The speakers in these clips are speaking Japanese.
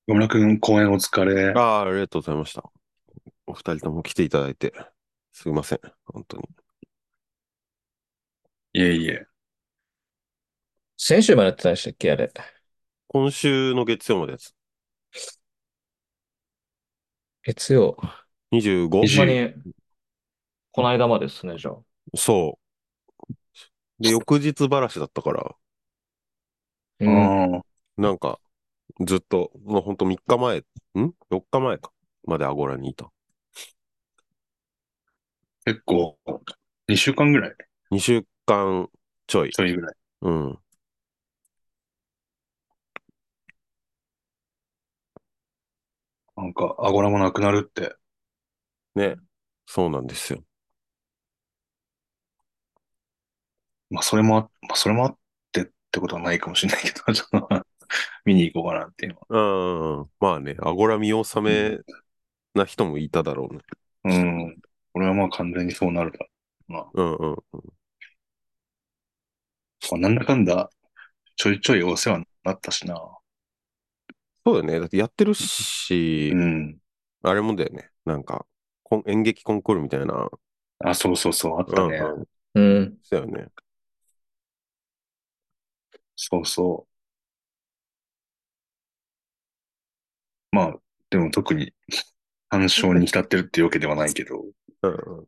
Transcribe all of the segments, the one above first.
野村くん、公演お疲れ。 ありがとうございました。お二人とも来ていただいて、すいません。本当に。 いえいえ。 先週までやってたんでしたっけ、あれ。 今週の月曜までやつ。 月曜。ほん 25？ ま 20。 に、この間までですね、じゃあ。 そう。で、翌日ばらしだったから、 うん。 ああ、 なんか、ずっと、もうほんと3日前、?4 日前か。までアゴラにいた。 結構、2週間ぐらい 2週間ちょい。 ちょいぐらい。 うん。 なんか、アゴラもなくなるって。 ね。そうなんですよ。 まあ、それもあってってことはないかもしれないけど、ちょっと見に行こうかなっていうのは。 うん。まあね、アゴラ見納めうん。 な人もいただろうね。 うん。これはまあ完全にそうなるだろうな。 うんうん。 まあ、なんだかんだ、ちょいちょいお世話になったしな。 そうだよね。だってやってるし、 うん。 あれもだよね。なんか、演劇コンクールみたいな。 あ、そうそうそう、あったね。 うんうん。 うん。 そうだよね。 そうそう。まあ、でも特に干渉に浸ってるっていうわけではないけど、 うんうん。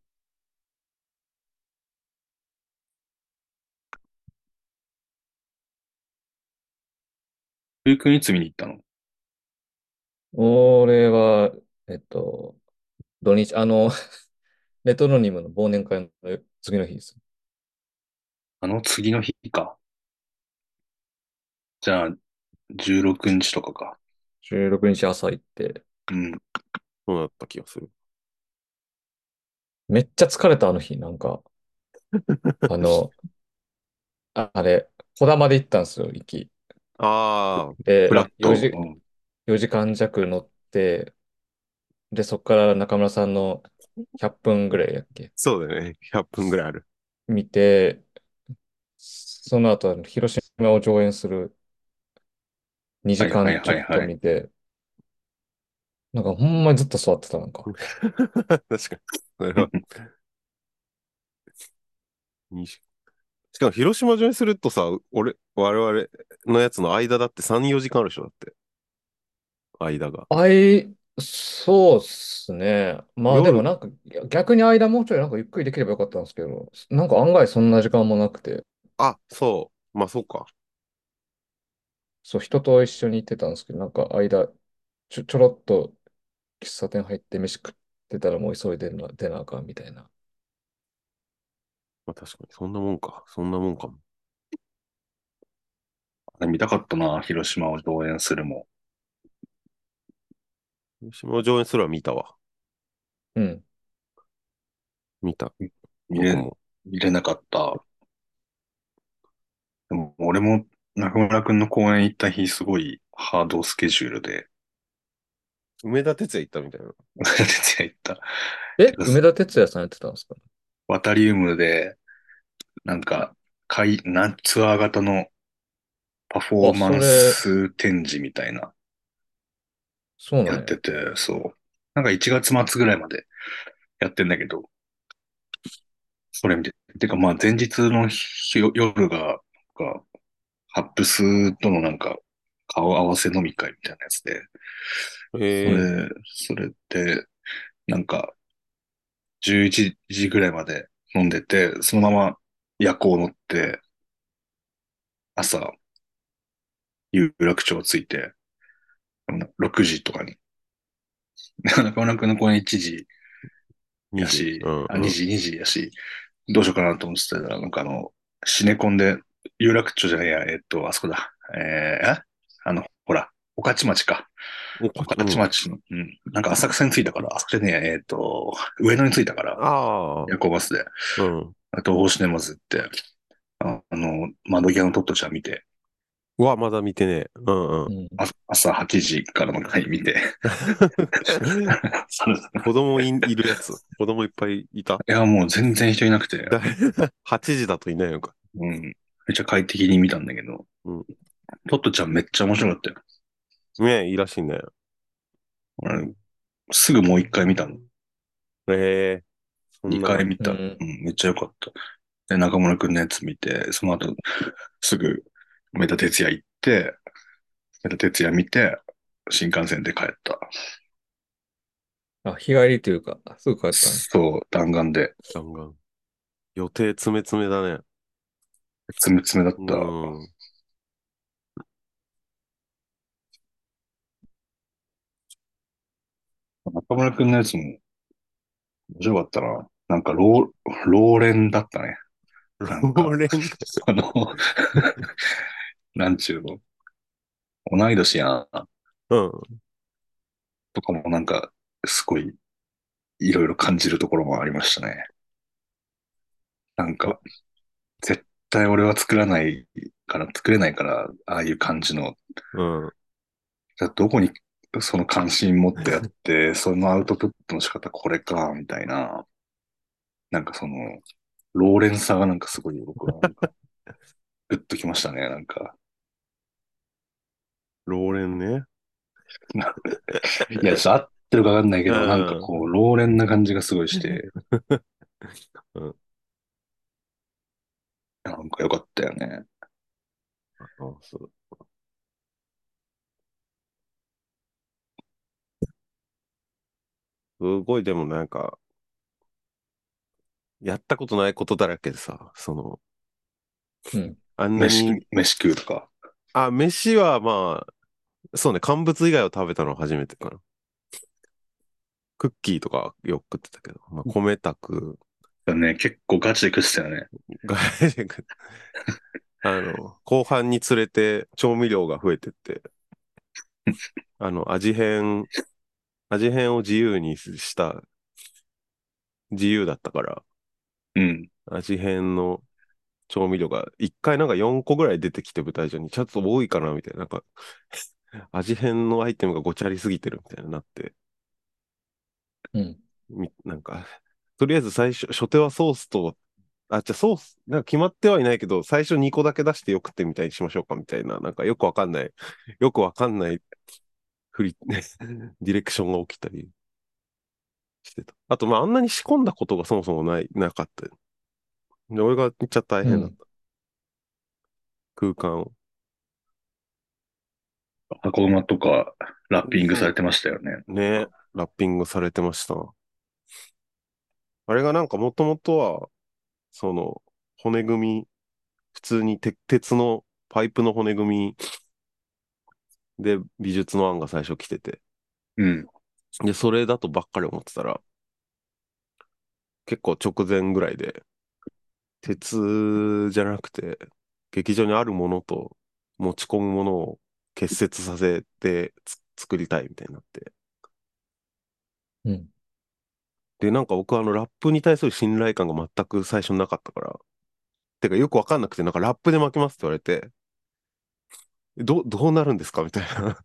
ゆうくんいつ見に行ったの？ 俺は、えっと、土日、レトロニムの忘年会の次の日です。 あの次の日か。じゃあ、16日とかか。 16日朝行って、 うん。 そうだった気がする。 めっちゃ疲れた、あの日。なんか、あの、あれ、こだまで行ったんですよ、行き。 ああ、フで、 ラット。 4時間弱乗って、で、そこから中村さんの100分ぐらいやっけそうだよね。100分ぐらいある。 見て、その後、広島を上演する2 はいはい時間ちょっとはいはい。 見て、なんかほんまにずっと座ってた、なんか。 確かに。それはにししかも広島上にするとさ、我々のやつの間だって3、4時間あるでしょだって。間が。 そうっすね。まあでも夜、 なんか逆に間もうちょいなんかゆっくりできればよかったんですけど、なんか案外そんな時間もなくて、 そう。まあそうか。 そう、人と一緒に行ってたんですけど、なんかちょろっと喫茶店入って飯食ってたらもう急いで出なあかんみたいな。 まあ確かに。そんなもんか。そんなもんかも。 あれ見たかったな、広島を上演するも。 広島上演すら見たわ。 うん。 見た。 見れ、 僕も。 見れなかった。でも、俺も中村くんの公演行った日、すごいハードスケジュールで、 梅田哲也行ったみたいな。 徹夜行った。けえ、 ど、 梅田哲也さんやってたんですか？ ワタリウムで、なんか、ツアー型のパフォーあ、 マンそれ、 ス展示みたいな、やそうなんや。 ってて、そう。なんか1月末ぐらいまでやってんだけど、それ見て、てかまあ前日の夜が、ハップスとのなんか、顔合わせ飲み会みたいなやつで、そええれ、それで、なんか、11時ぐらいまで飲んでて、そのまま夜行乗って、朝、有楽町着いて、6時とかに。中村くんの公演1時 2時。うやし、あ、 んうん。 2時やし、どうしようかなと思ってたら、なんかシネコンで、有楽町じゃないや、あそこだ。ほら、御徒町か。御うん。 徒町の、うん。なんか浅草に着いたから、あそこじゃねえや、上野に着いたから、 ああ、 夜行バスで、 うん。 東宝シネマズ行って、窓際のトットちゃん見て、 まだ見てねえ。うんうん。 うん。 朝8時からの回見て、そう子供いるやつ。子供いっぱいいた。 いや、もう全然人いなくて、 だ8時だといないのか。 うん。めっちゃ快適に見たんだけど、 うん。 トットちゃんめっちゃ面白かったよ。 ねえ、いいらしいね。 俺すぐもう一回見たの。 ええ、そん二回な、 見た。 うん。 めっちゃ良かった。で、中村くんのやつ見て、その後、すぐ、梅田哲也行って、梅田哲也見て、新幹線で帰った。 あ、日帰りというか、すぐ帰ったね。 そう、弾丸で、 ガンガン。予定詰め詰めだね。 つめつめだっうた。 ん。 中村くんのやつも面白かったな。なんか、老練だったね。 ロなんか、 ーレン、 あの、なんちゅうの、同い年やん、 うん。 とかもなんか、すごい、いろいろ感じるところもありましたね。なんか、絶対俺は作れないから、ああいう感じの、 うん。 じゃあどこにその関心持ってやって、そのアウトプットの仕方これか、みたいな、なんかその、老練さがなんかすごい僕はなんか、グッときましたね、なんか。 ローレンね。 いや、ちょっと合ってるかわかんないけうど、なんかこん。 う、老練な感じがすごいして、 うん。 なんか良かったよね。 あ、そう。すごい、でもなんか、やったことないことだらけでさ、 うん。 あんなに、 飯食うとか。 あ、飯はまあ、そうね、乾物以外を食べたのは初めてかな。クッキーとかよく食ってたけど、まあ、米炊く、 だね、結構ガチで食ってたよね。 が後半につれて調味料が増えてって、あの、味変を自由にした自由だったから、 うん。 味変の調味料が1回なんか4個ぐらい出てきて舞台上にちょっと多いかなみたいな、なんか味変のアイテムがごちゃりすぎてるみたいになって、 うん。 なんか、とりあえず最初、初手はソースと、あ、じゃあソース、なんか決まってはいないけど、最初2個だけ出してよくってみたいにしましょうかみたいな、なんかよくわかんないディレクションが起きたりしてた。あと、まあ、あんなに仕込んだことがそもそもなかった。で、俺がめっちゃ大うん。 変だった。空間を。 箱馬とかラッピングされそてましたよね。 う。ね、ラッピングされてました。あれがなんかもともとは、その、骨組み、普通に鉄のパイプの骨組みで美術の案が最初来てて。 うん。 で、それだとばっかり思ってたら、結構直前ぐらいで、鉄じゃなくて、劇場にあるものと持ち込むものを結節させて作りたいみたいになって。 うん。 で、なんか僕はラップに対する信頼感が全く最初なかったから、てかよくわかんなくて、なんかラップで巻きますって言われて、どうなるんですかみたいな。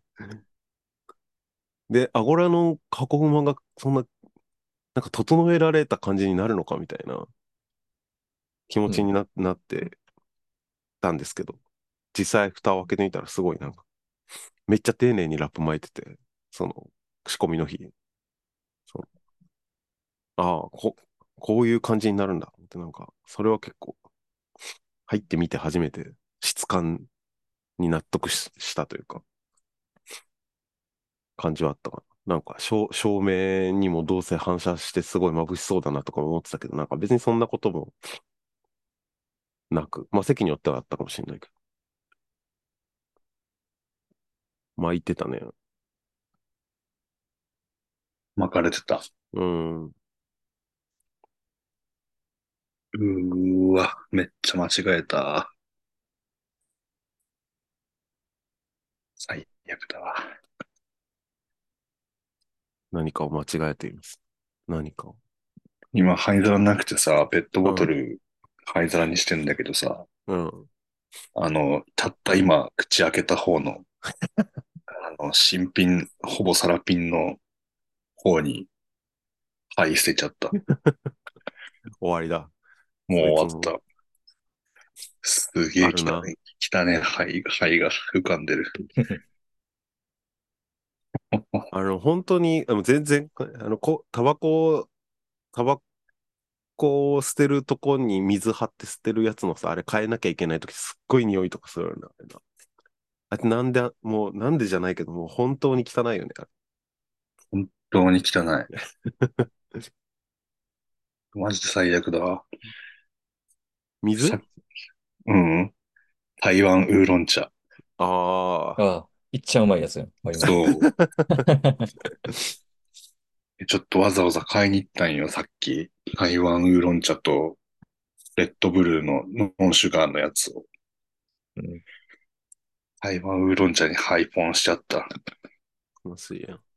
で、アゴラの過去馬がそんな、なんか整えられた感じになるのかみたいな気持うん。 ちになってたんですけど、実際蓋を開けてみたらすごいなんか、めっちゃ丁寧にラップ巻いてて、その、仕込みの日、そのああ、こういう感じになるんだって、なんか、それは結構、入ってみて初めて質感に納得したというか、感じはあったかな。なんか照明にもどうせ反射してすごい眩しそうだなとか思ってたけど、なんか別にそんなこともなく、まあ席によってはあったかもしれないけど、巻いてたね。 巻かれてた。 うん。 うーわ、めっちゃ間違えた。最悪だわ。 何かを間違えています。何かを。 今、灰皿なくてさ、ペットボトうん。 ル灰皿にしてんだけどさ、 うん。 たった今、口開けた方の、新品、ほぼサラピンの方に灰捨てちゃった。 終わりだ。 もうそいつも終わった。すげえあるな。 汚ね灰が浮かんでる。 本当に、全然、タバコを捨てるとこに水張って捨てるやつのさ、あれ変えなきゃいけないときすっごい匂いとかするよね、あれな。あれなんで、もうなんでじゃないけど、もう本当に汚いよね、あれ。 本当に汚い。マジで最悪だわ。 水。 さ、うん。台湾ウーロン茶。 ああああ、いっちゃうまいやつよ、今の。 そう。ちょっとわざわざ買いに行ったんよ、さっき。台湾ウーロン茶と、レッドブルーのノンシュガーのやつを。 うん。 台湾ウーロン茶にハイポンしちゃった。 ー、まずいやん。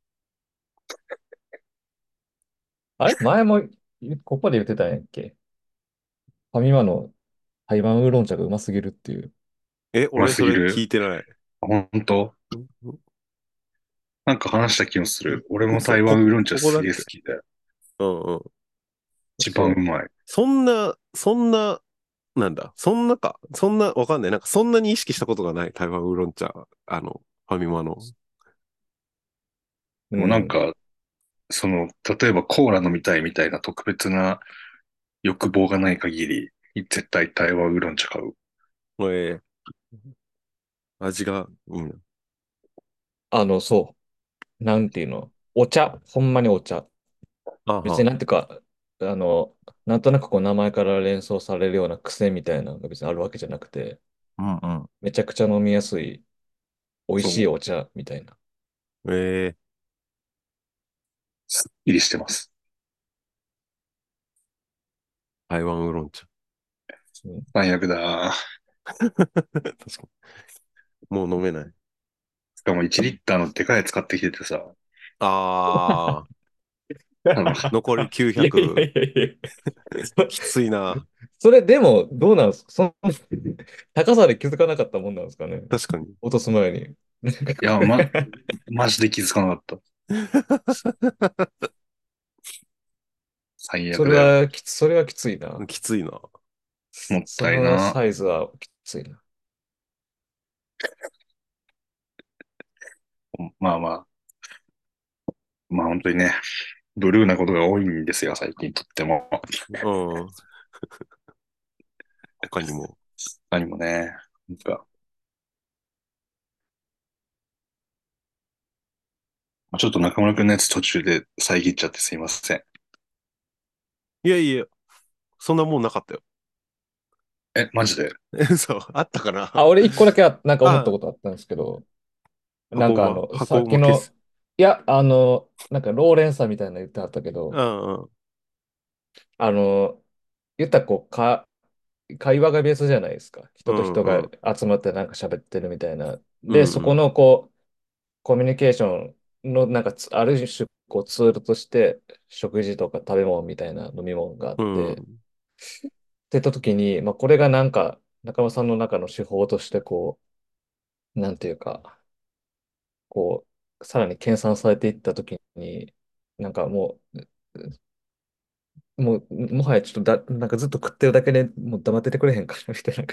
あれ前も、ここで言ってたんやっけ？ファミマの台湾ウーロン茶がうますぎるっていう。 うま俺それ聞すぎる。 いてない。 本当んなんか話した気もする。俺も嘘、 台湾ウーロン茶すここだっけ？ げえ好きで。 うんうん。 一番うそまい。 そんな、なんだ、そんなか、そんな、わかんない。なんかそんなに意識したことがない。台湾ウーロン茶、ファミマの。 う。うもうなんん。 か、例えばコーラ飲みたいみたいな特別な欲望がない限り、絶対台湾ウーロン茶買う。 え味がいいな。 そう。なんていうの。お茶。ほんまにお茶。別にあは。 なんていうか、あの、なんとなくこう名前から連想されるような癖みたいなのが別にあるわけじゃなくて、 うんうん。 めちゃくちゃ飲みやすい、美味そう。 しいお茶みたいな。 えー、 すっきりしてます。 台湾ウーロン茶。 うん。 最悪だ。 確かに。もう飲めない。 しかも1リッターのでかいやつ買ってきててさ、 あー、 多分、 残りいやいや 900。 いやいや。 きついな。 それでも、どうなんですか？高さで気づかなかったもんなんですかね？ 確かに。 落とす前に。 いや、マジで気づかなかった。最悪だよ。 それはきついな。 きついな。 もったいそのな。 サイズはきついな。 まあまあ、まあ本当にね、ブルーなことが多いんですよ、最近とっても。 うん。他にも。 他にもね、なんか、ちょっと中村くんのやつ途中で遮っちゃってすいません。 いやいや、そんなもんなかったよ。 マジで？ そう、あったかあ、 な。 俺一個だけなんか思ったあ、 ことあったんですけど、なんかさ箱っきの、 馬消す。 いや、なんかローレンさんみたいなの言ってはったけど、 うんうん。 あの、言ったらこう、会話がベースじゃないですか。 う人と人がんうん。 集まってなんか喋ってるみたいな。で、そこうんうん。 のこう、コミュニケーションのなんかある種こうツールとして食事とか食べ物みたいな飲み物があっうて、っん。 て言った時に、まあこれがなんか中間さんの中の手法としてこう、なんていうか、こさらに研鑽されていった時に、なんかもはやちょっとなんかずっと食ってるだけでもう黙っててくれへんかなみたいな。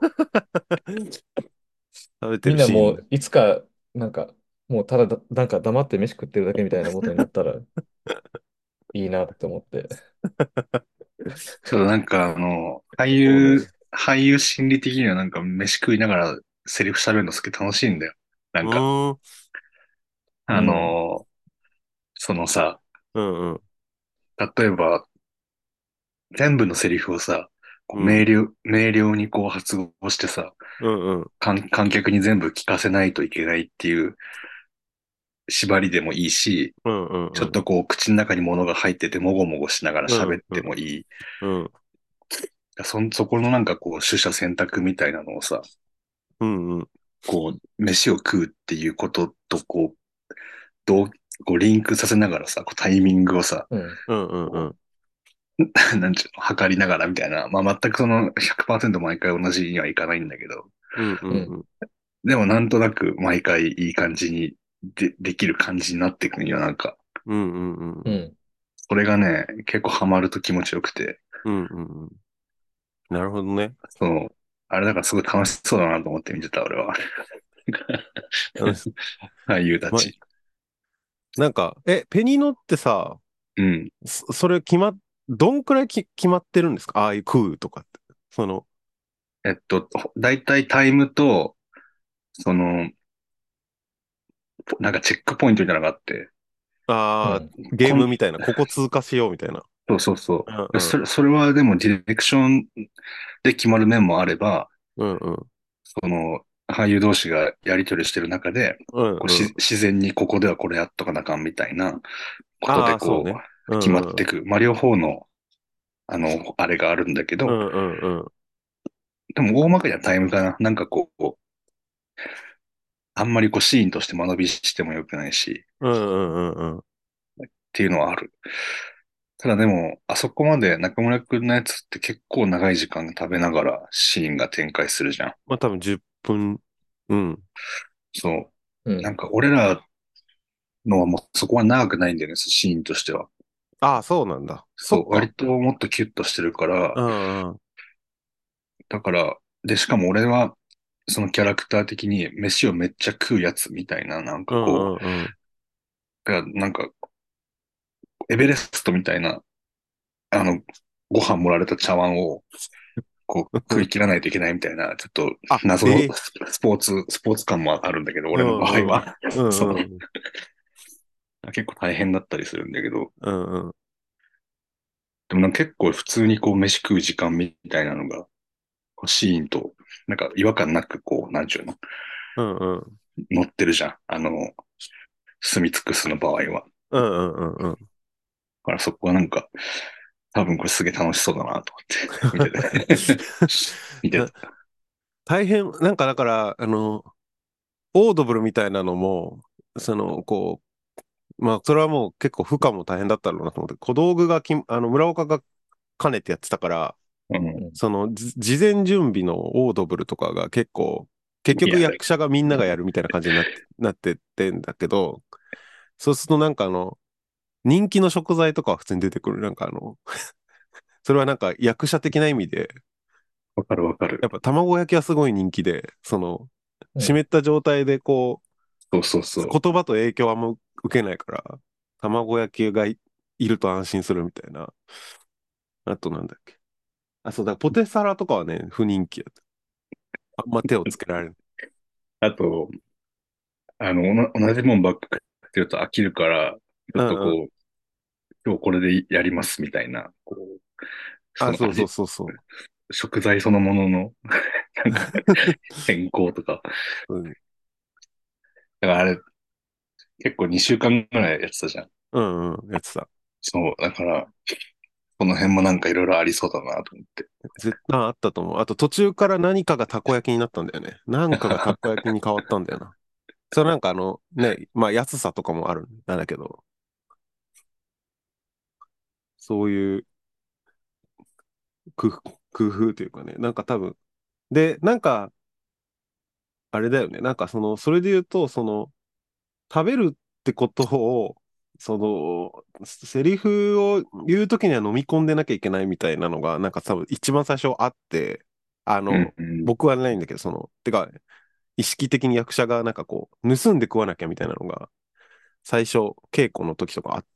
食べてみんなるシーン。 もういつか、なんか、もうただなんか黙って飯食ってるだけみたいなことになったらいいなって思って。 ちょっとなんかそうね。 俳優心理的にはなんか飯食いながらセリフ喋るのすげえ楽しいんだよ。なうんか、 ーん。 あうん。 の、そのさ、 うんうん。 例えば全部のセリフをさ、こうん。 明瞭にこう発語してさ、 うんうん。 観客に全部聞かせないといけないっていう縛りでもいいし、 うんうんうん。 ちょっとこう口の中に物が入っててもごもごしながら喋っうんうん。 てもいい。 うんそこのなんかこう取捨選択みたいなのをさ、 うんうん。 こう飯を食うっていうこととこう、どう、こうリンクさせながらさ、こうタイミングをさ、 うん。 うんうんうこん。 う、なんちゅうの、測りながらみたいな。まあ全くその100%毎回同じにはいかないんだけど、 うんううん。 んうん。 でもなんとなく毎回いい感じにできる感じになっていくんよ、なんか。 うんうんうんうん。 うん。 これがね、結構ハマると気持ちよくて、 うんうんうん。なるほどね。 そう、あれだからすごい楽しそうだなと思って見てた、俺は。 楽し俳優たま、 ち。 なんか、ペニノってさ、 うん。 それどんくらい決まってるんですか？ああいう空とかって。その、 だいたいタイムと、その、なんかチェックポイントみたいなのがあって、 ああ、 うん。 ゲームみたいな、ここ通過しようみたいな。 そうそうそうんう。それはでもディレクションで決まる面もあれば、 うんうんその、俳優同士がやり取りしてる中で、 うんうん。 自然にここではこれやっとかなあかんみたいなことでああ、そうね。う決まんうん。 っていく。まあ、両方の、あれがあるんだけど、 うんうんうん。 でも大まかにはタイムかな。なんかあんまりシーンとして間延びしてもよくないし、 うんうんうんうん。 っていうのはある。ただでも、あそこまで中村くんのやつって結構長い時間食べながらシーンが展開するじゃん。 まあ多分10分。うん。 そう。 うん。 なんか俺らのはもうそこは長くないんだよね、シーンとしては。 ああ、そうなんだ。そそう、 っか。 割ともっとキュッとしてるから、 うんうん。 だから、で、しかも俺は、そのキャラクター的に飯をめっちゃ食うやつみたいな、 うんうんうん。 だからなんか、エベレストみたいな、あの、ご飯盛られた茶碗を、食い切らないといけないみたいな、ちょっとあ、 謎のスポーツ感もあるんだけど、 う俺の場合んうん。 は。 うそう。 んうん。 結構大変だったりするんだけど、 うんうん。 でもなんか結構普通に飯食う時間みたいなのが、シーンと、なんか違和感なくなんちゅうの、 うんうん。 乗ってるじゃん。住み尽くすの場合は。だうんうんうんうん。 からそこはなんか、多分これすげえ楽しそうだなと思って見てて見てた。 大変、なんかだから、オードブルみたいなのも、まあ、それはもう結構負荷も大変だったろうなと思って、小道具が村岡が兼ねてやってたから、 うん。 うん。 事前準備のオードブルとかが結いや、 局役者がみんながやるみたいな感じになってってんだけど、そうするとなんか人気の食材とかは普通に出てくる。なんかそれはなんか役者的な意味で、 わかるわかる。 やっぱ卵焼きはすごい人気で、 うん。 湿った状態でそうそうそ言葉と影響はあんま受けないから、卵焼きがいると安心するみたいな。あとなんだっけ。あ、そうだ、ポテサラとかはね、不人気やった。あんま手をつけられる。 う。あと、同じもんばっか食ってると飽きるから、ちょうんうん。 っと今日これでやりますみたいな、そあ、そうそうのそうそ食材そのものの、なんか、変更とか。 う。うん、 だからあれ、結構2週間ぐらいやってたじゃん。 うんうん、やってた。 そう、だから、この辺もなんかいろいろありそうだなと思って。 絶対あったと思う。あと途中から何かがたこ焼きになったんだよね。なんかがたこ焼きに変わったんだよな。それなんかまあ安さとかもあるんだけど、そういう工夫というかね、なんか多分、で、なんか、あれだよね。なんかそれで言うと、食べるってことを、セリフを言うときには飲み込んでなきゃいけないみたいなのが、なんか多分一番最初あって、 うんうん。 僕はないんだけど、てか、意識的に役者がなんか盗んで食わなきゃみたいなのが、最初、稽古の時とかあって、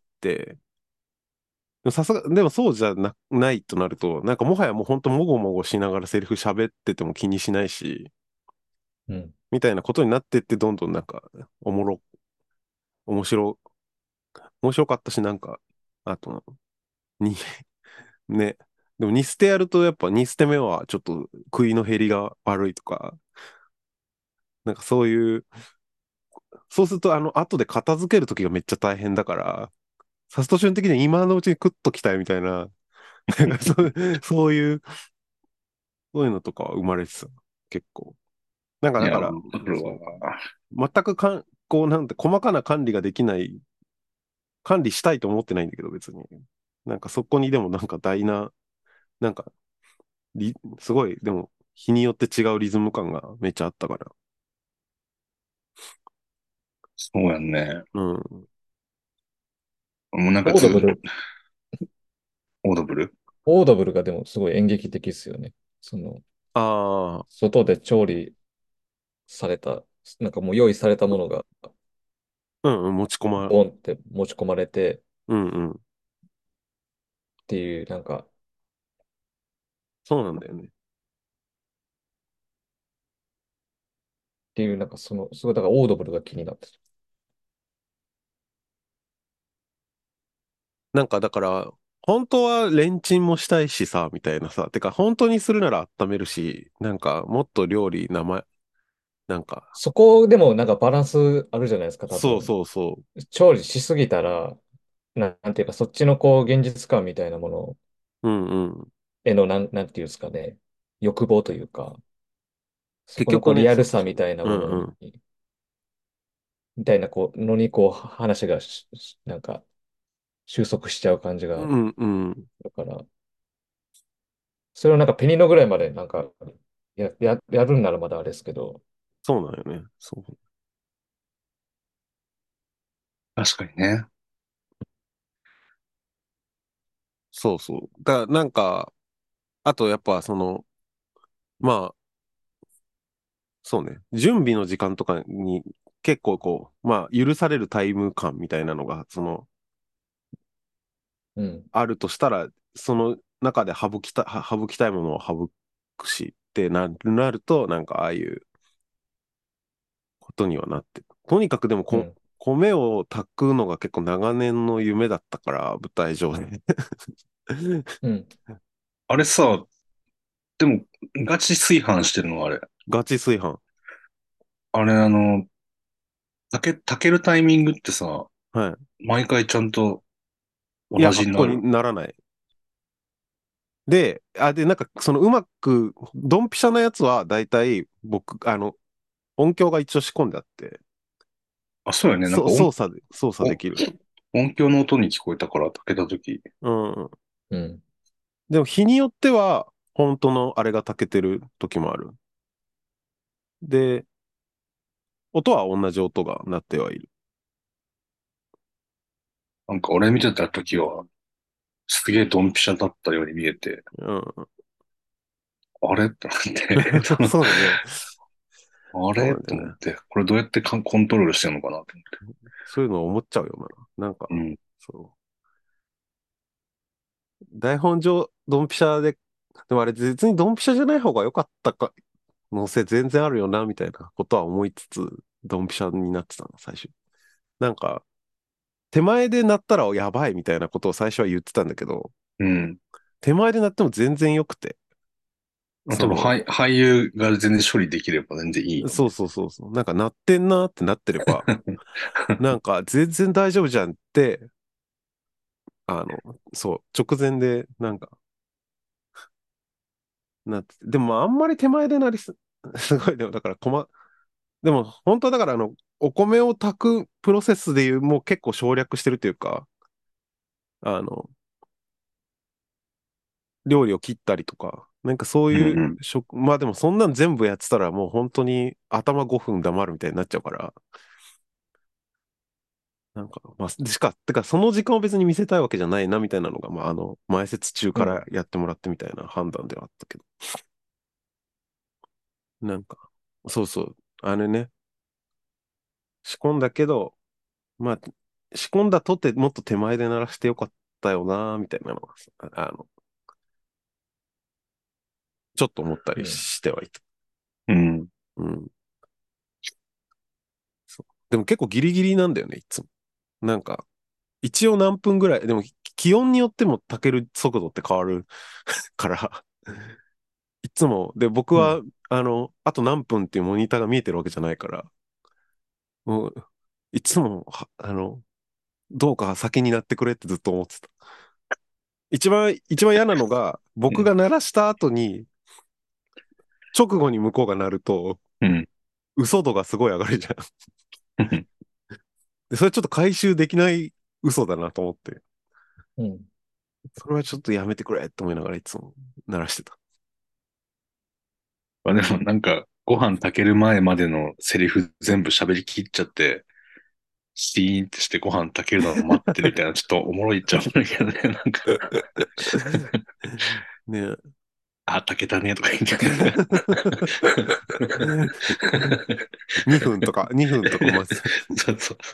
でもそうじゃないとなると、なんかもはやもうほんともごもごしながらセリフ喋ってても気にしないし、 うん。 みたいなことになってって、どんどんなんか、おもろ、面白、面白かったし、なんか、あと、に、ね。でも、2捨てやると、やっぱ2捨て目はちょっと食いの減りが悪いとか、なんかそういう、そうすると、後で片付けるときがめっちゃ大変だから、サストシュン的には今のうちに食っときたいみたいな、なんかそういうのとかは生まれてた。結構。なんかいや、わだから、 かるわ。 そう。全くなんて細かな管理ができない、管理したいと思ってないんだけど、別に。なんかそこにでもなんかなんかすごい、でも、日によって違うリズム感がめっちゃあったから。 そうやんね。 うん。 もうなんかオードブル、 オードブル。 オードブルがでもすごい演劇的ですよね。その、 あ外で調理された、なんかもう用意されたものがうんうん、持ち込ま、 ボンって持ち込まれてっうんうん。 ていう、なんか、 そうなんだよね。 っていう、なんかすごい、だからオードブルが気になってた。 なんかだから、本当はレンチンもしたいしさ、みたいなさ。てか、本当にするなら温めるし、なんかもっと料理、なんか、 そこでもなんかバランスあるじゃないですか、多そう分。 そうそ調理しすぎたら、なんていうか、そっちのこう、現実感みたいなものう。うんうん。 への、なんていうんですかね、欲望というか、そこのこう、 結局ね、 リアルそうそさみたいなう。うものに、 んうん。 みたいなこう、のにこう、話がなんか、収束しちゃう感じがあうんうん。 るから、それをなんかペニのぐらいまでなんか、やるんならまだあれですけど、 そうなんよね。そう。 確かにね。 そうそう。だからなんか、あとやっぱまあ、そうね。準備の時間とかに結構まあ、許されるタイム感みたいなのが、 うん、 あるとしたら、その中で省きたいものを省くしってなると、なんかああいうことにはなってる。とにかくでもうん、 米を炊くのが結構長年の夢だったから、舞台上で。 うん。 あれさ、でも、ガチ炊飯してるのあれ。 ガチ炊飯。 あれ、炊けるタイミングってさ、 はい。 毎回ちゃんといや、 同あっこにじになる？ ならない。で、なんか、うまく、ドンピシャなやつは、だいたい僕、音響が一応仕込んであって、 あ、そうよね。なんか操作できる。 音響の音に聞こえたから炊けたとき。 うん。 うん。 でも、日によっては、本当のあれが炊けてる時もある。で、音は同じ音が鳴ってはいる。 なんか俺見てたときは、すげえドンピシャだったように見えて、 うん。 あれってなって、 そうだね。 あれそうなんだよね。 と思って、これどうやってコントロールしてるのかなと思って。 そういうの思っちゃうよな。なんか、 うん。 そう。台本上、ドンピシャで、でもあれ別にドンピシャじゃない方が良かったか、のせ全然あるよな、みたいなことは思いつつ、ドンピシャになってたの、最初。なんか、手前で鳴ったらやばいみたいなことを最初は言ってたんだけど、 うん。 手前で鳴っても全然良くて、その、 多分俳優が全然処理できれば全然いいよね。 そうそうそうそう、なんか鳴ってんなってなってれば、なんか全然大丈夫じゃんって、そう、直前でなんかなってて、でもあんまり手前でなりすごい、でもだからでも本当はだからお米を炊くプロセスでいうもう結構省略してるというか、あの、料理を切ったりとか、なんかそういううんうん。 まあでもそんなん全部やってたらもう本当に頭5分黙るみたいになっちゃうから、なんか、まあ、てかその時間を別に見せたいわけじゃないなみたいなのが、まあ前説中うん。 からやってもらってみたいな判断ではあったけど、なんか、そうそう、あれね、仕込んだけど、まあ、仕込んだとってもっと手前で鳴らしてよかったよなみたいなのが、ちょっと思ったりうん。 してはいた。 うん。 うん。そう。でも結構ギリギリなんだよね、いつも。なんか、一応何分ぐらい、でも気温によっても炊ける速度って変わるからいつも、で、僕うん。 は、あと何分っていうモニターが見えてるわけじゃないから、もう、いつも、どうか先になってくれってずっと思ってた。一番嫌なのが、僕が鳴らした後に、直後に向こうが鳴ると、 うん。 嘘度がすごい上がるじゃん。 うん。 で、それちょっと回収できない嘘だなと思って、 うん。 それはちょっとやめてくれって思いながらいつも鳴らしてた。 まあでもなんか、ご飯炊ける前までのセリフ全部喋り切っちゃって、シーンってしてご飯炊けるのを待ってるみたいな、ちょっとおもろいっちゃおもろいけどね、なんか。 ねあ、炊けたねとか言って 2分とか、2分とか待つ。 そうそうそう。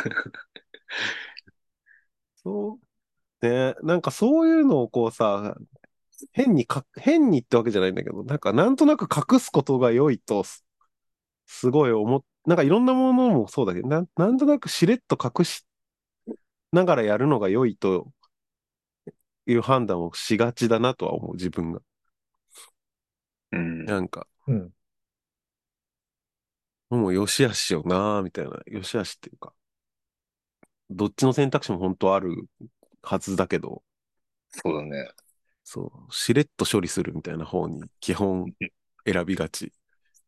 そうね、なんかそういうのをこうさ、変にってわけじゃないんだけど、なんかなんとなく隠すことが良いと、すごいなんかいろんなものもそうだけど、なんとなくしれっと隠しながらやるのが良いという判断をしがちだなとは思う、自分が。 うん。 なんか、 うん。 もう良し悪しよなーみたいな、良し悪しっていうか、どっちの選択肢も本当あるはずだけど、 そうだね。 そう、しれっと処理するみたいな方に基本選びがち。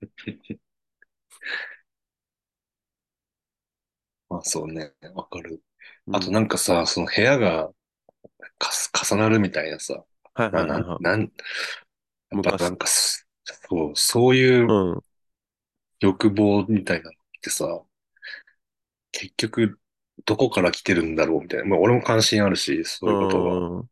まあそうね。わかる。あとうん。 なんかさ、その部屋が重なるみたいなさ。 はいはいはいな、 はい。 なん、やっぱな昔。 んかそういううん。 欲望みたいなのってさ、結局どこから来てるんだろうみたいな。まあ俺も関心あるし、そうういうことが。 ん。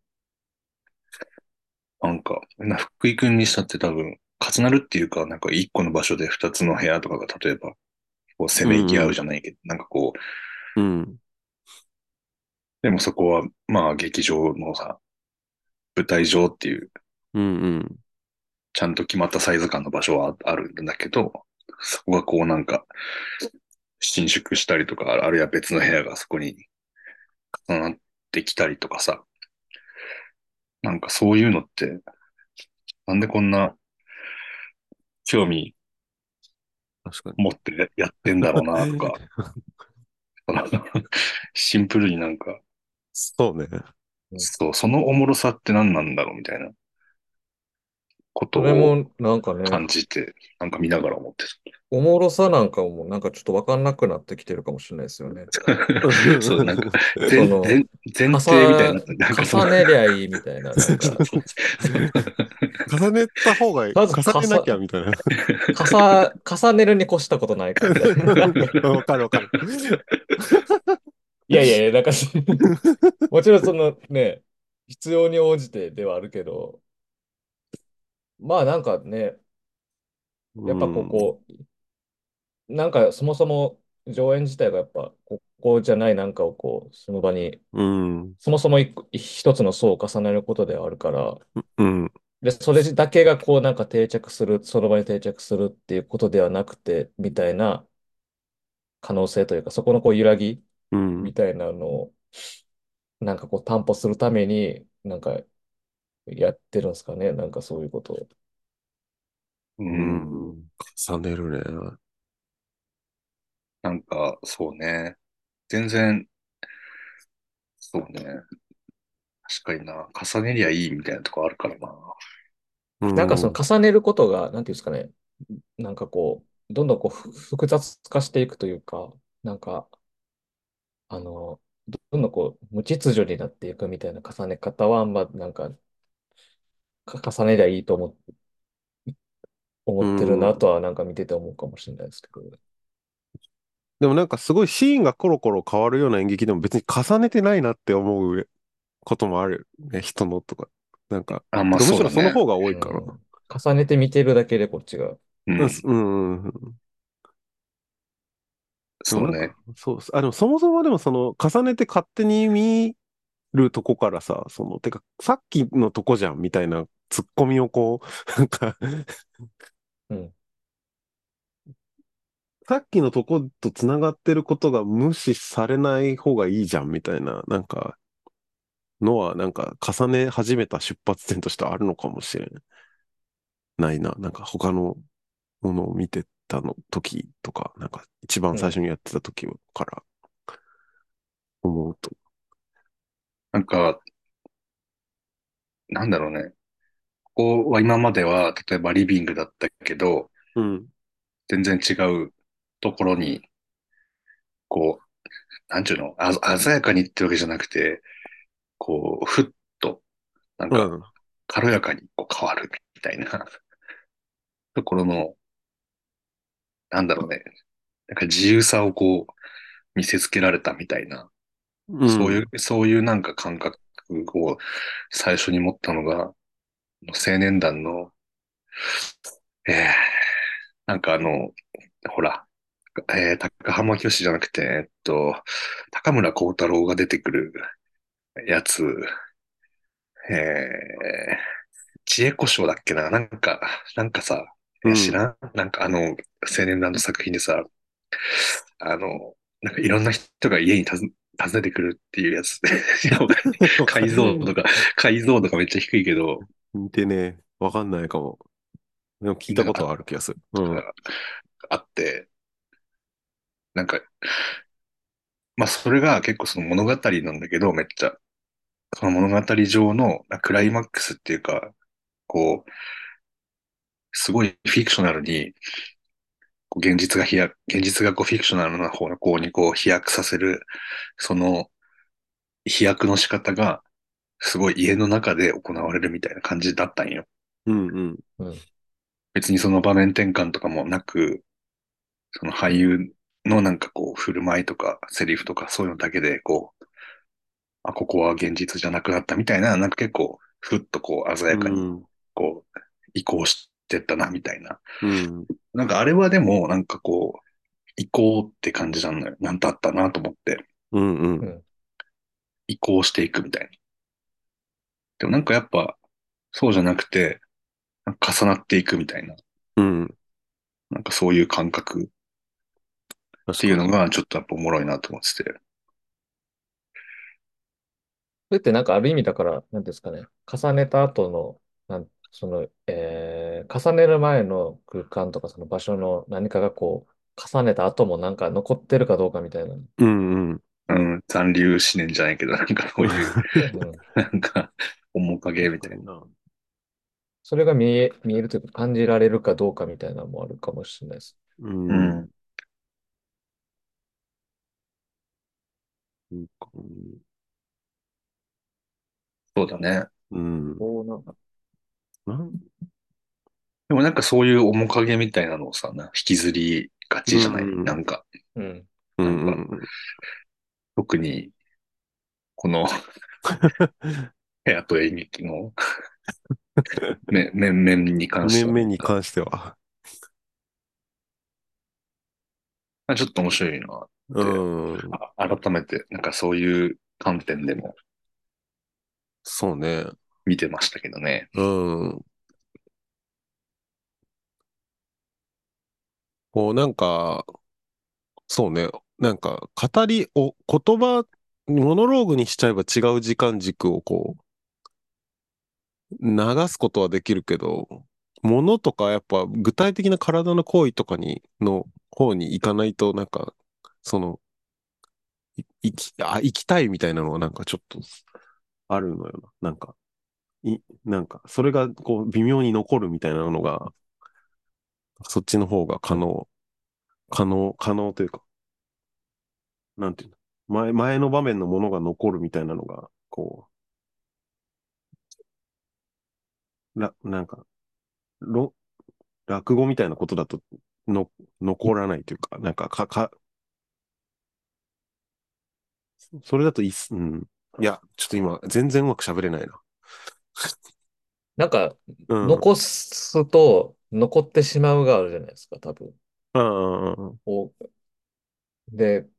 なんか、福井くんにしたって多分、重なるっていうか、なんか一個の場所で二つの部屋とかが例えば、こう、せうめ息合うん。 じゃないけど、なんかこう、 うん。 でもそこは、まあ劇場のさ、舞台上っていう、 うん。うん。 ちゃんと決まったサイズ感の場所はあるんだけど、そこがこうなんか、伸縮したりとか、あるいは別の部屋がそこに重なってきたりとかさ、なんかそういうのって、なんでこんな興味確かに。 持ってやってんだろうなとか、そのシンプルになんか、 そうね。 うん。 そう、そのおもろさって何なんだろうみたいなことそれをもなんかね、 感じて、なんか見ながら思っておもろさなんかもなんかちょっとわかんなくなってきてるかもしれないですよね。 た。そう、なんか、 その、 前提みたいな、なんかその重ねりゃいいみたいな、なんか、 重ねた方がいい、 まず重ねなきゃみたいな。 重ねるに越したことないかみたいな。なんか、 わかるわかる。 いやいやいや、なんかもちろんそのね、必要に応じてではあるけど、まあなんかね、 うやっぱこん。 こ、なんかそもそも上演自体がやっぱここじゃないなんかをこう、その場に、 うん。 そもそも一つの層を重ねることではあるから、 うん。 で、それだけがこうなんか定着する、その場に定着するっていうことではなくて、みたいな可能性というか、そこのこう揺らぎうん。 みたいなのを、なんかこう担保するために、なんかやってるんですかね。なんかそういうことを。 ううん、 ん。重ねるね。 なんか、そうね。全然、そうね。確かにな。重ねりゃいいみたいなとこあるからな。 うなんかそのん。 重ねることが、なんていうんですかね。なんかこう、どんどんこう複雑化していくというか、なんか、どんどんこう、無秩序になっていくみたいな重ね方は、まあ、なんか、重ねりゃいいと思うってるなとん。 は、なんか見てて思うかもしれないですけど。 でもなんかすごいシーンがコロコロ変わるような演劇でも別に重ねてないなって思うこともあるね、人のとか。なんか、 あ、まあてかむしそうだね。 ろその方が多いから。 うん。重ねて見てるだけでこっちが。 うん。 うん、うん。でもなんか、 そうね。 そう、でもそもそもでもその、重ねて勝手に見るとこからさ、てか、さっきのとこじゃんみたいなツッコミをこう、なんか、 うん。 さっきのとこと繋がってることが無視されない方がいいじゃんみたいな、なんか、のは、なんか、重ね始めた出発点としてはあるのかもしれないな。なんか、他のものを見てた時とか、なんか、一番うん。 最初にやってた時から思うと。 なんか、なんだろうね。ここは今までは、例えばリビングだったけど、 うん、 全然違うところに、こう、なんちゅうの、鮮やかにってわけじゃなくて、こう、ふっと、なんか、 うん、 軽やかにこう変わるみたいなところの、なんだろうね。なんか自由さをこう、見せつけられたみたいな、 うん、 そういうなんか感覚を最初に持ったのが、 青年団の、えー、なんかほら、高浜虚子じゃなくて、高村光太郎が出てくるやつ、知恵子賞だっけな、なんかさ、知うん。 らんなんか青年団の作品でさ、なんかいろんな人が家に訪ねてくるっていうやつ。いや、わかんないわか解像度が、解像度がめっちゃ低いけど、 似てね、わかんないかも。でも聞いたことはある気がする。うん。 あって、なんか、まあそれが結構その物語なんだけど、めっちゃ、その物語上のクライマックスっていうか、こう、すごいフィクショナルに、現実がこうフィクショナルな方の方にこう飛躍させる、その飛躍の仕方が、すごい家の中で行われるみたいな感じだったんよ。 うんうん。 うん。 別にその場面転換とかもなく、その俳優のなんかこう振る舞いとかセリフとかそういうのだけでこう、あ、ここは現実じゃなくなったみたいな、なんか結構ふっとこう鮮うやかにん。 こう移行してったなみたいな。 うん。 なんかあれはでもなんかこう移行って感じなんだよ。なんだったなと思ってうんうん。 うん。 移行していくみたいな。でもなんかやっぱそうじゃなくてなんか重なっていくみたいな。 うん。 なんかそういう感覚っていうの確かに。 がちょっとやっぱおもろいなと思ってて。 それってなんかある意味だから、なんていうんですかね、重ねた後の、重ねる前の空間とかその場所の何かがこう、重ねた後もなんか残ってるかどうかみたいな。 うんうん。 うん、残留思念じゃないけど、なんかそういう、 うん。 なんか面影みたいな。 確かにな。 それが見えるというか感じられるかどうかみたいなのもあるかもしれないです。 うん。 うん、 うんそうだね。 うん。 そうなんか、 なん、 でもなんかそういう面影みたいなのをさ、引きずりがうちじゃないん。 うん。 うん。 なんか、 うん。 特に、この部屋と演劇の面々に関して面はなんか、 々に関しては。 ちょっと面白いなっうて、 ん。 改めて、なんかそういう観点でもそうね。 見てましたけどね。 うん。こう、なんか、そうね。なんか、言葉、モノローグにしちゃえば違う時間軸をこう、流すことはできるけど、ものとかやっぱ具体的な体の行為とかの方に行かないと、なんか、その、行きたいみたいなのはなんかちょっとあるのよな。なんか、それがこう微妙に残るみたいなのが、そっちの方が可能というか、なんていうの、前の場面のものが残るみたいなのが、こなんか、ろ落語みたいなことだと、の、残らないというか、なんか、それだとうん。いや、ちょっと今、全然うまく喋れないな。 なんか、 うん。うん残すと残ってしまうがあるじゃないですか、多分。 うんうん。 こで、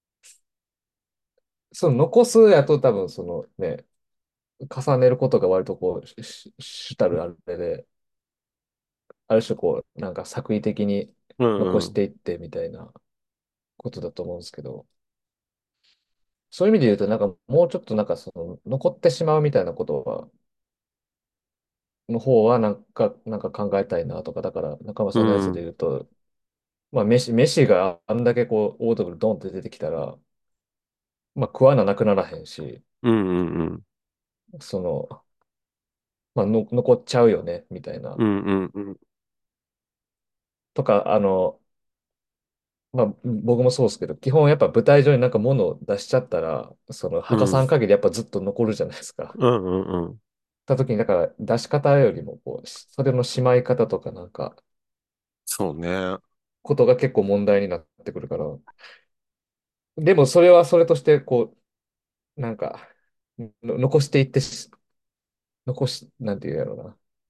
その残すやと多分そのね、重ねることが割とこう、主たるあれで、ある種こう、なんか作為的に残うんうん。 していってみたいなことだと思うんですけど、そういう意味で言うと、なんかもうちょっとなんかその残ってしまうみたいなことは、の方はなんか考えたいなとか、だから中間うさんのやつでん。 言うと、まあ飯があんだけこう、オードブルドンって出てきたら、まあ食わなくならへんし、 うんうんうん。 その、まあ残っちゃうよね、みたいな。 うんうんうん。 とか、まあ僕もそうですけど、基本やっぱ舞台上になんか物を出しちゃったら、そのうん。 墓さん限りやっぱずっと残るじゃないですか。 うんうんうん。 た時に、だから出し方よりも、こう、それのしまい方とかなんか、 そうね。 ことが結構問題になってくるから。でもそれはそれとして、こう、なんか、残していってなんて言うんやろうな。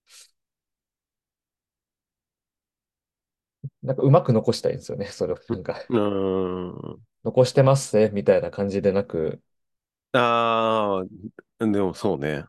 なんかうまく残したいんですよね。それをなんか、 うーん。 残してますね、みたいな感じでなく、 ああ、でもそうね。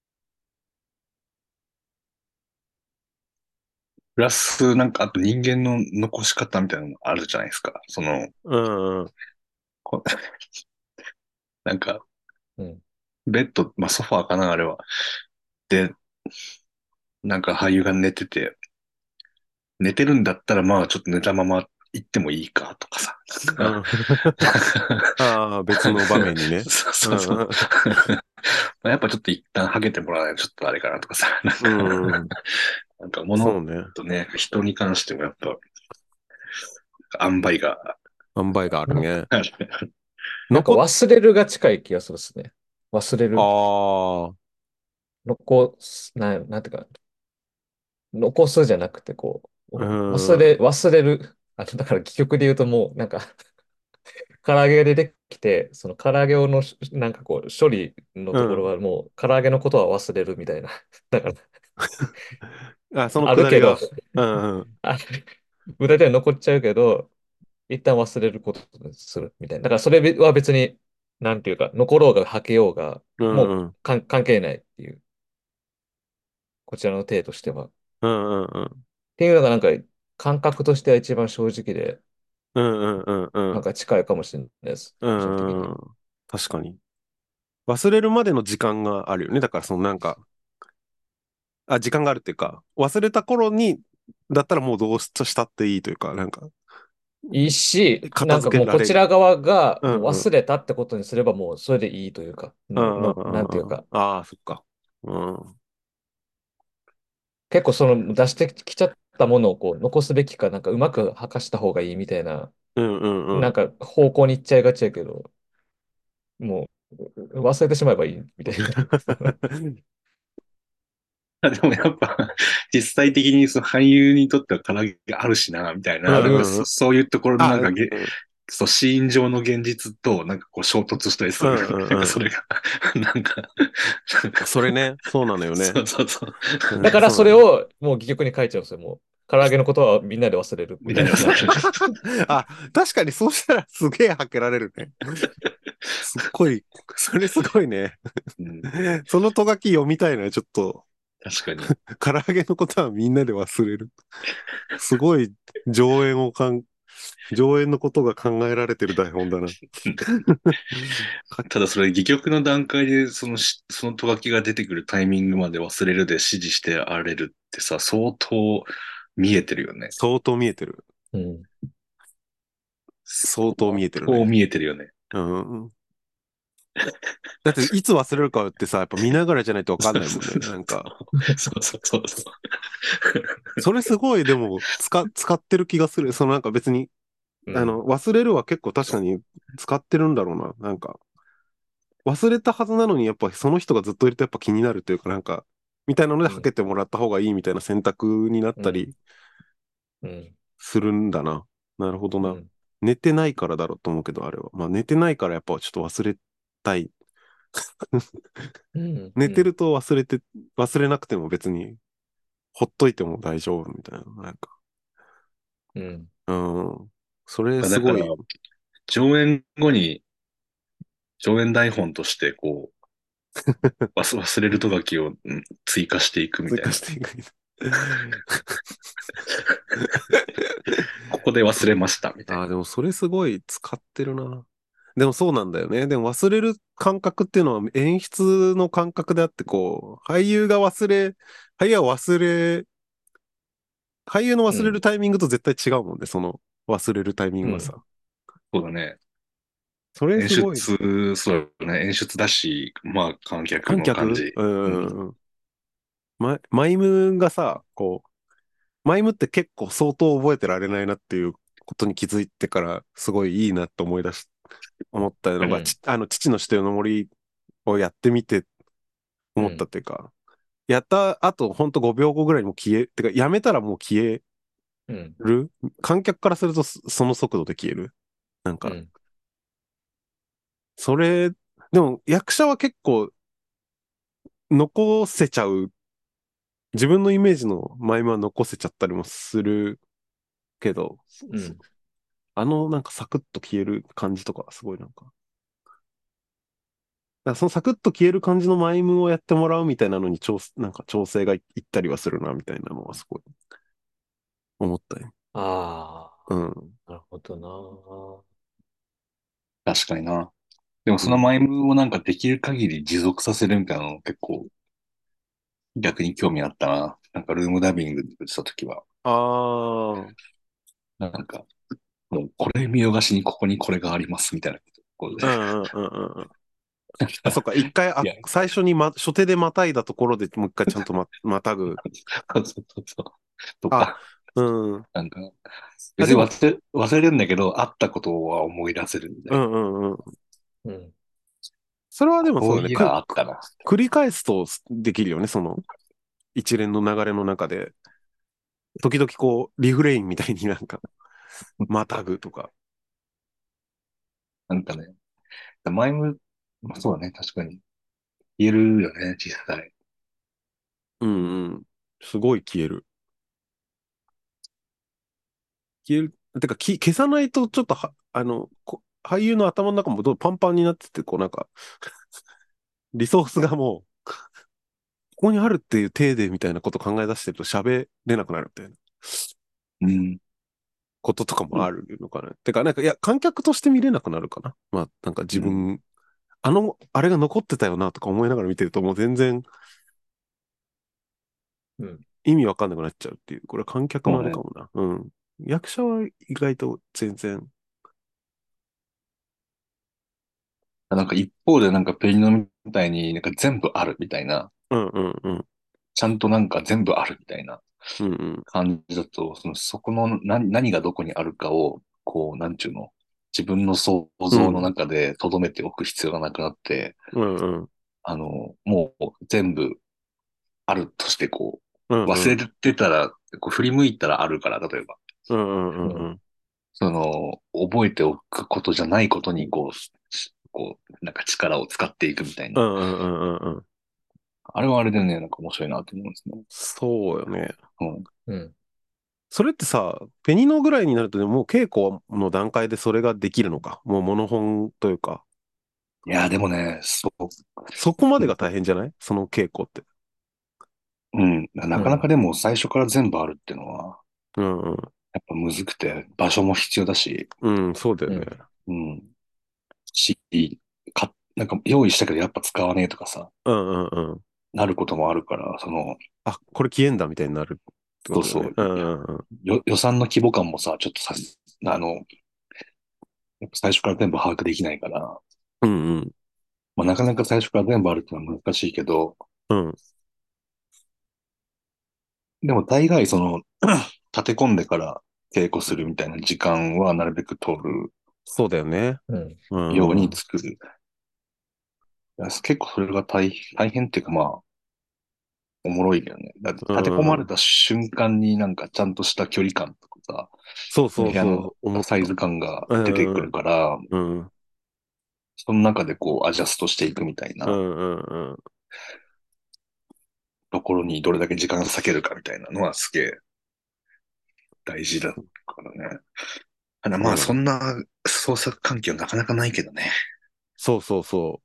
プラス、なんか、あと人間の残し方みたいなのあるじゃないですか。 うんうん。 こなんか、 うん。 ベッド、まあ、ソファーかな、あれは。で、なんか俳優が寝てて、寝てるんだったら、まあ、ちょっと寝たまま行ってもいいか、とかさ。なんか、 うん。ああ、別の場面にね。 そうそうそう。 うんうんまあやっぱちょっと一旦ハゲてもらわないとちょっとあれかなとかさ。なんうか、 ん。 なんか物そうね。 とね、人に関してもやっぱ、塩梅が塩梅があるね。 ある。 なんか残っ、 忘れるが近い気がするですね。忘れる。 ああ、 残す、なんていうか、残すじゃなくて、 うん。 忘れる。だから戯曲で言うともう、なんか唐揚げが出てきて、その唐揚げのなんか処理のところうん。 はもう、唐揚げのことは忘れるみたいな。だから、 あ、そのあるけど、 くだりが、うんうん。 あ歌では残っちゃうけど、一旦忘れることにするみたいな。だからそれは別に、なんていうか、残ろうが吐けようが、もううんうん。 関係ないっていう、こちらの体としては。っうんうんうん。 ていうのがなんか、感覚としては一番正直で、 うんうんうんうん。 なんか近いかもしれないです。 う個人的に。 ん。確かに。忘れるまでの時間があるよね。だから、そのなんか、あ、時間があるっていうか、忘れた頃に、だったらもうどうしたっていいというか、なんか、 いいし、 片なんかもう付けられる。 こちら側がもううんうん。 忘れたってことにすればもうそれでいいというか、 うんうんうんうん。 なんていうか、 ああ、そっか。うん。うん結構その出してきちゃったものを残すべきか、なんかうまく吐かした方がいいみたいな、 うんうん。 なんか方向に行っちゃいがちやけど、もう忘れてしまえばいいみたいな。 でもやっぱ、実際的にその俳優にとっては唐揚げがあるしな、みたいうな、なんかんうん。 そういうところのあ、 なんかうんそう、シーン上の現実となんかこう衝突したりする。 うんうなんかんうん。 それが、なんか、なんかそれね、そうなのよね。 そうそうそう。 だうん、 からそれそうなの。 をもう戯曲に書いちゃうんですよ。もう唐揚げのことはみんなで忘れるみたいな。 みたいなさ。 なんかあ、確かにそうしたらすげえはけられるね。すっごい、それすごいね。 うん、 そのとがき読みたいな、ちょっと。 確かに。 唐揚げのことはみんなで忘れる。すごい上演をかん、上演のことが考えられてる台本だな。かただそれ、戯曲の段階でそのト書きが出てくるタイミングまで忘れるで指示してあれるってさ、相当見えてるよね。 相当見えてる。 うん。 相当見えてる相当ね。 見えてるよね。 うん。だっていつ忘れるかってさ、やっぱ見ながらじゃないとわかんそうないもんね。 そうそうなんか、 そうそうそうそう。 それすごいでも使ってる気がする。そのなんか別に、 うん。 忘れるは結構確かに使ってるんだろうな。なんか、忘れたはずなのにやっぱその人がずっといるとやっぱ気になるというかなんか、みたいなのでうん。 はけてもらった方がいいみたいな選択になっうん。 たりうん。 するんだな。なるほどな。 うん。 寝てないからだろうと思うけど、あれは。まあ寝てないからやっぱちょっと忘れたい。 うん。 寝うん。 てると忘れなくても別にほっといても大丈夫みたいな。なんか、 うん。 うん。それだから、 すごい上演後に上演台本として忘れると書きを、追加していくみ追たいな。 加していく。 ここで忘れましたみたいああ、でもそれすごい使ってるな。でもそうなんだよね。でも忘れる感覚っていうのは演出の感覚であって、俳優が忘れ、俳優のうん。 忘れるタイミングと絶対違うもんね、その忘れるタイミンうん。 グはさ。 な。そうだね。 それ演すごい。 出、そうだね。演出だし、まあ観客観の感じ。 客ううん。 ん。マイムがさ、マイムって結構相当覚えてられないなっていうことに気づいてから、すごいいいなと思ったのが、 うん。 父の死というの森をやってみて思ったうん。 っていうか、やった後、ほんと5秒後ぐらいにもうてか、やめたらもう消えうん。 る観客からするとその速度で消えるなんか、 うん。 それ、でも役者は結構残せちゃう、自分のイメージのマイムは残せちゃったりもするけど、 うん。 なんかサクッと消える感じとか、すごいなんか、だからそのサクッと消える感じのマイムをやってもらうみたいなのになんか調整がいったりはするな、みたいなのはすごい思ったよ。 あうん。 あ、なるほどな。 確かにな。でもうん。 そのマイムをなんかできる限り持続させるみたいなの結構逆に興味あったな。なんかルームダビングした時は。 ああ、うんなんか、もうこれ見逃しにここにこれがありますみたいなことで。 うんうんうんうん。あ、そっか、一回、 いや、 最初に初手でまたいだところでもう一回ちゃんとまたぐ。 そうそうそうそう。とあ、 か、 うん。 なんか、 あ、 別にでも、 忘れるんだけど、あったことは思い出せるみたいな。 うんうんうん。 うん。 それはでもそうだね。 こういえばあったな。 繰り返すとできるよね、その一連の流れの中で。時々こう、リフレインみたいになんか、またぐとか。 なんかね、マイム、まあ、そうだね、確かに。言えるよね、実際。 うんうん。すごい消える。消える。てか、消さないとちょっと俳優の頭の中もどうパンパンになってて、こうなんか、リソースがもう、ここにあるっていう体でみたいなこと考え出してると喋れなくなるみたいなうん。 こととかもあるのかな。てか、なんか、いや、観客として見れなくなるかな。まあ、なんかうん。 あれが残ってたよなとか思いながら見てるともう全然うん。 意味わかんなくなっちゃうっていう。これは観客のあれそうね。 かもな。うん。役者は意外と全然。 なんか一方でなんかペリノみたいになんか全部あるみたいな、 うんうんうん。 ちゃんとなんか全部あるみたいなうんうん。 感じだと、そこの何がどこにあるかを、こう、なんちゅうの、自分の想像のうん中で留めておく必要がなくなって、 うんうん。 もう全部あるとしてこう、 うんうん。 忘れてたら、こう振り向いたらあるから、例えば、 うんうんうんううん。 ん。 覚えておくことじゃないことになんか力を使っていくみたいな。 うんうんうんうんうん。 あれはあれでね、なんか面白いなと思うんですね。 そうよね。 うん。 うん。 それってさ、ペニノぐらいになるとね、もう稽古の段階でそれができるのか。もうモノホンというか、 いや、でもね、 そこまでがうん大変じゃないその稽古って。 うん。なかなかうん。 でも最初から全部あるっていうのは、 うんうん。 やっぱむずくて、場所も必要だし、 うん、そうだよね。 うん。 うん。し、なんか用意したけどやっぱ使わねえとかさ、 うんうんうん。 なることもあるから、 あ、これ消えんだみたいになるってことだよね。 そうそう、 うんうんうん。 予算の規模感もさ、ちょっとやっぱ最初から全部把握できないから、 うんうん。 まあ、なかなか最初から全部あるっていうのは難しいけど、 うん。 でも大概立て込んでから稽古するみたいな時間はなるべく取るそうだよね。 うん。 よううん。うんに作る。結構それが大変っていうかまあ、おもろいけどね。だってう立て込まれん。 た瞬間になんかちゃんとした距離感とかさ、 そうそう部屋のそう、思った。 サイズ感がう出てくんうんるから、 うん。うん。 その中でこうアジャストしていくみたいなうんうんうん。 ところにどれだけ時間割けるかみたいなのはすげえ大事だからね。ただまあそそうなの。 んな創作環境なかなかないけどね。 そうそうそう。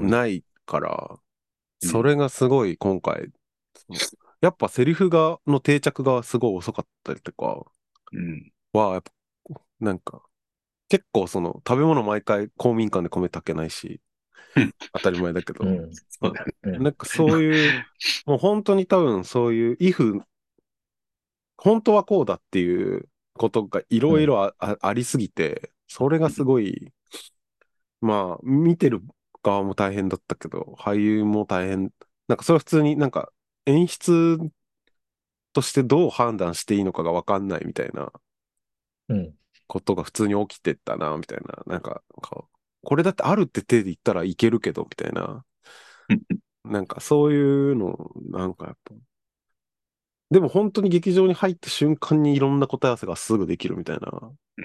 うん。 ないから、 うん。 それがすごい今回、そのやっぱセリフの定着がすごい遅かったりとかうん。 は、やっぱなんか、結構食べ物毎回公民館で米炊けないし、当たり前だけど、 うん。 そうだよね。 うん。 なんかそういう、もう本当に多分そういう、本当はこうだっていうことがいろいうん。 ろありすぎて、それがすごい、まあ、見てる側も大変だったけど、俳優も大変。なんかそれは普通になんか演出としてどう判断していいのかがわかんないみたいなうん。 ことが普通に起きてたな、みたいな。これだってあるって手で言ったらいけるけど、みたいな。なんかそういうの、なんかやっぱ、でも本当に劇場に入った瞬間にいろんな答え合わせがすぐできるみたいな。 うん。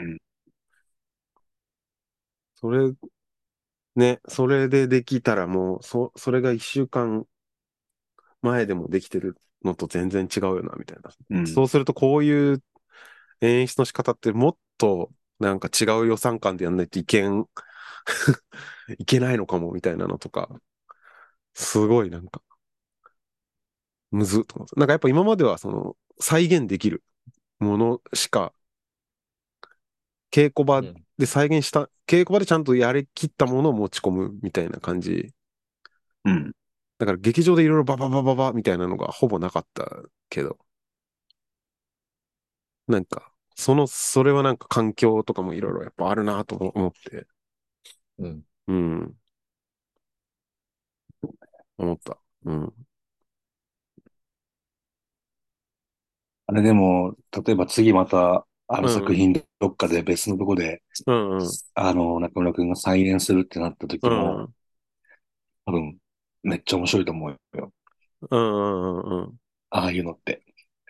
それ、ね、それでできたらもう、それが一週間前でもできてるのと全然違うよな、みたいな。 うん。 そうするとこういう演出の仕方ってもっとなんか違う予算感でやんないといけないのかもみたいなのとか、すごいなんか、むずっと思って。なんかやっぱ今まではその、再現できるものしか、稽古場うん。 で再現した、稽古場でちゃんとやりきったものを持ち込むみたいな感じ。 うん。 だから劇場でいろいろバババババみたいなのがほぼなかったけど、なんか、それはなんか環境とかもいろいろやっぱあるなと思って、 うん。 うん、思った。うん。 あれでも、例えば次また、あうん、 る作品どっかで別のとこで、 うん、うん、 中村くんが再演するってなったう時も、 ん、 多分、めっちゃ面白いと思うよ。 うん、うん、うん。 ああいうのって。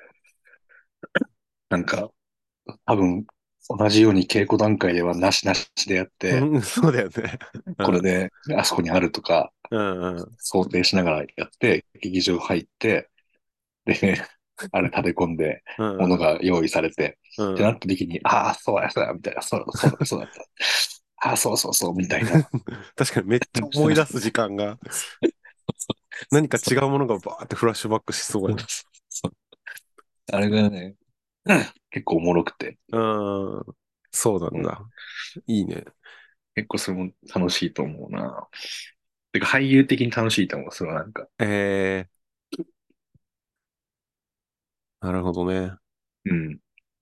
なんか、多分、同じように稽古段階ではなしなしでやって、 うん、そうだよね。うん、 これで、あそこにあるとか、 うん、うん、 想定しながらやって、劇場入って、で、あれ食べ込んで、 うん、うん、 物が用意されて、ってなっうん。 た時に、ああ、そうや、そうや、みたいな、そうだった。ああ、そうそうそう、みたいな。 確かにめっちゃ思い出す時間が、何か違うものがバーってフラッシュバックしそうやな。 あれがね、結構おもろくて、 うん、そうなうん、 んだ。いいね。 結構それも楽しいと思うな。てか俳優的に楽しいと思う、それはなんか。 えなるほどね。 うん、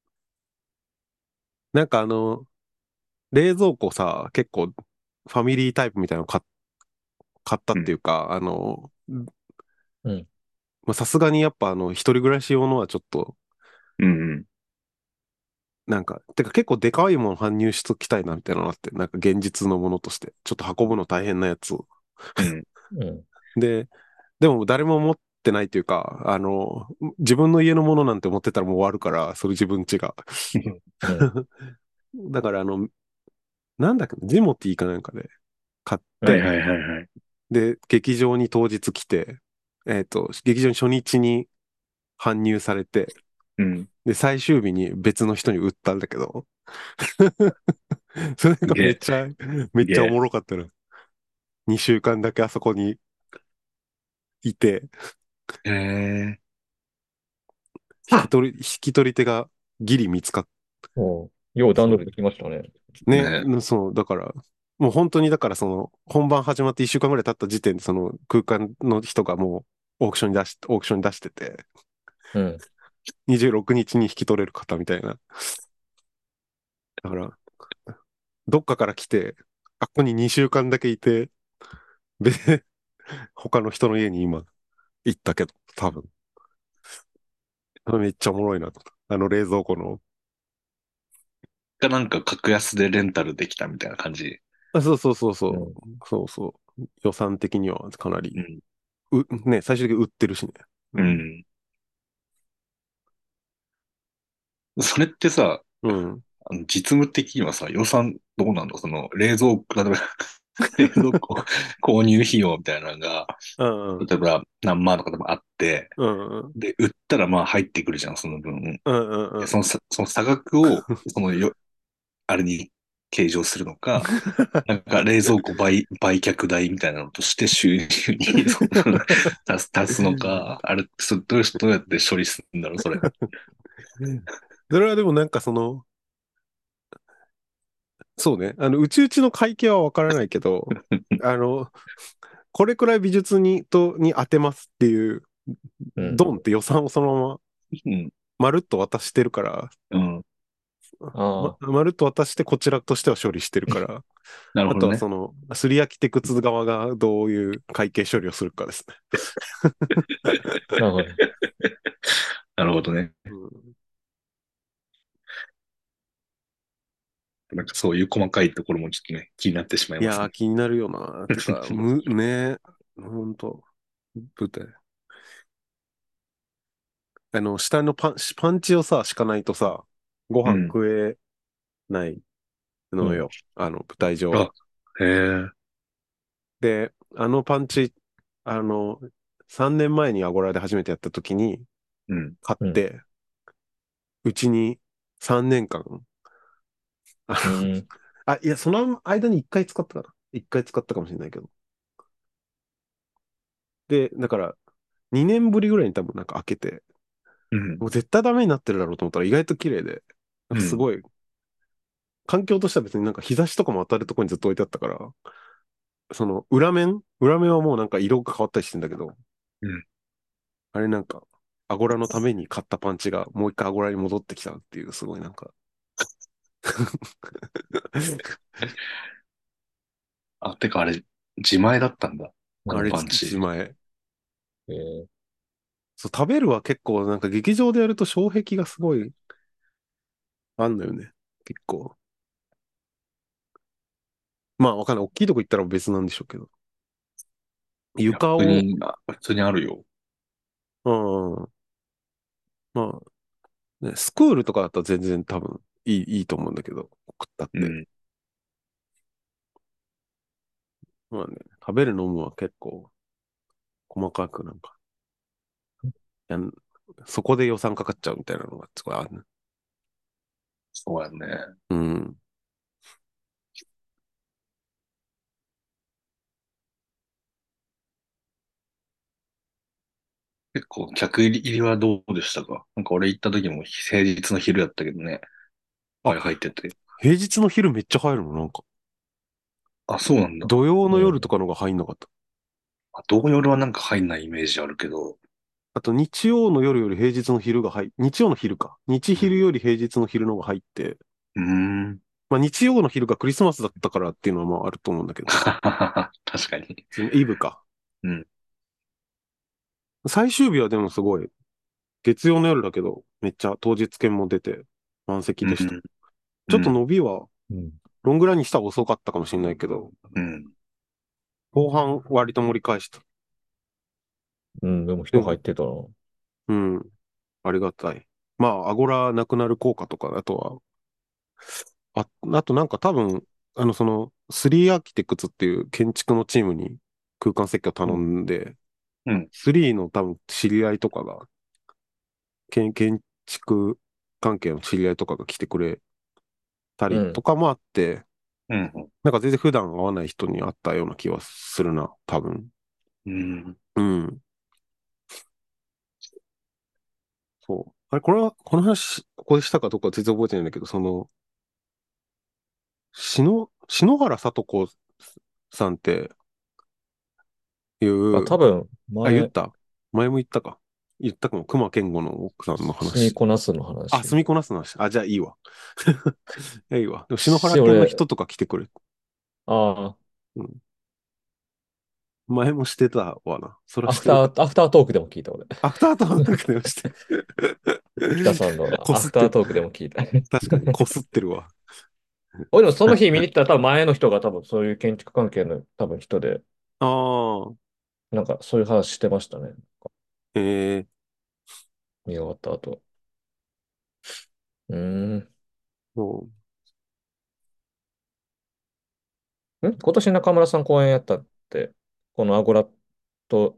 なんか冷蔵庫さ、結構ファミリータイプみたいなの買ったっうん、 ていうか、 うん。 まあさすがにやっぱ一人暮らし用のはちょっと、 うん、 なんか、てか結構でかいもの搬入しときたいなみたいなのがあって、なんか現実のものとして、ちょっと運ぶの大変なやつを。 うん、 うん。 で、でも誰も持ってないというか、自分の家のものなんて持ってたらもう終わるから、それ自分家が。 うん。 うん。 だからなんだっけ、ジモティーかなんかで買って、 はいはいはいはい。 で、劇場に当日来て、劇場に初日に搬入されて、 うん。 で、最終日に別の人に売ったんだけど、それがすげえ、 めっちゃおすげえ。 もろかったの。2週間だけあそこにいて、 へえ。 引き取り手がギリ見つかっおうよう段それ。 取りできましたね。 ね、 ね。 そう、だから、もう本当にだから本番始まって1週間ぐらい経った時点でその空間の人がもうオークションに出してて、 うん。 26日にちに引き取れる方みたいな。だから、どっかから来て、あっこに2週間だけいて、で、他の人の家に今行ったけど、多分。めっちゃおもろいなと。あの冷蔵庫の。 なんか格安でレンタルできたみたいな感じ。 あ、そうそうそうそうん。 う。そうそう。予算的にはかなり、 うん。 ね、最終的に売ってるしね。うん。 うん。それってさ、 うん。 実務的にはさ、予算どうなんの冷蔵庫、例えば冷蔵庫購入費用みたいなのが、 うんうん。 例えば何万とかでもあって、 うんうん。 で、売ったらまあ入ってくるじゃん、その分。 うんうんうん。 でその差額を、あれに計上するのか、なんか冷蔵庫売却代みたいなのとして収入に足すのか、あれ、どうやって処理するんだろう、それ。 それはでもなんかそうね。うちうちの会計はわからないけど、あの、これくらい美術に当てますっていう、 うん。 ドンって予算をそのまま、 うん、 まるっと渡してるから、 うん。 ああ。 まるっと渡してこちらとしては処理してるから、あとはなるほどね。 すり焼きテクツ側がどういう会計処理をするかですね。 なるほど。 なるほどね。 うん、 なんかそういう細かいところもちょっとね、気になってしまいいやー、 ますね。 気になるよな。てか、ね、ほんと、舞台。下のパンチをさ、敷かないとさ、ご飯うん、 食えないうん。 のよ。舞台上。 あ、へえ、 で、あのパンチ、あの、3年前にアゴラで初めてやった時にうん、 うん。 買って、うちに 3年間。あうん。 いや、その間に1回使ったかな。1回使ったかもしれないけど。で、だから、2年ぶりぐらいに多分なんか開けて、 うん。 もう絶対ダメになってるだろうと思ったら意外と綺麗で、なんうん。 かすごい、環境としては別になんか日差しとかも当たるところにずっと置いてあったから、その裏面はもうなんか色が変わったりしてんだけど、 うん。 あれなんか、アゴラのために買ったパンチがもう一回アゴラに戻ってきたっていう、すごいなんかあ、てかあれ、自前だったんだ。あのあれパンチ。 自前。 えー、 そう、食べるは結構なんか劇場でやると障壁がすごいあんのよね。結構。まあわかんない。大きいとこ行ったら別なんでしょうけど。 いや、 床を、 普通にあるよ。 うん、まあ、ね、スクールとかだったら全然多分いいと思うんだけど、食ったって。 うん。 まあね、食べる飲むは結構細かくなんか、やん、そこで予算かかっちゃうみたいなのがすごいあるね。 そうやね。 うん。 結構、客入りはどうでしたか？なんか俺行った時も平日の昼やったけどね。いっあ、 ぱい入ってて。 平日の昼めっちゃ入るのなんか。 あ、そうなんだ。 土曜の夜とうん。 かのが入んなかった。 あ、同夜はなんか入んないイメージあるけど。 あと日曜の夜より平日の昼が日曜の昼か。日昼より平日の昼のが入って、 うん。うまあ日曜の昼がクリスマスだったからっていうのはまああると思うんだけど、 ーん。確かに。 そのイブか。 うん。 最終日はでもすごい、月曜の夜だけど、めっちゃ当日券も出て満席でした。 うん。 ちょっとうん。 伸びは、 うん。 ロングランにしたら遅かったかもしれないけど、 うん。 後半割と盛り返した。 うん、でも人入でも、 ってたな。 うん、ありがたい。まあ、アゴラなくなる効果とか、あとは、あとなんか多分、3アーキテクツっていう建築のチームに空間設計を頼うん。 んで、 うん。 3の多分知り合いとかが、建築関係の知り合いとかが来てくれたうん。 りとかもあって、 うん。 なんか全然普段会わない人に会ったような気はするな、多分。 うん。 うん。そう。あれ、この話、ここでしたかどうか全然覚えてないんだけど、篠原さと子さんっていあ、 う、 多分、 言っ前、 た前も言ったか。言ったかも。熊健吾の奥さんの住み話。 こなすのあ、 話。 住みこなすの話。じゃあいいわ。いいわ。でも篠原県の俺、 人とか来てくれ。 あうん。前もしてたわな。それはあ、 してよかった。 アフタートークでも聞いた、俺。 アフタートークでもして。 北さんのこすってる。 アフタートークでも聞いた。 確かに、こすってるわ。 俺でもその日見に行ったら多分前の人が多分そういう建築関係の多分人で、 ああ、 なんかそういう話してましたね。 ええ見終わった後。うーん。 そう。 今年中村さん公演やったって、このアゴラと、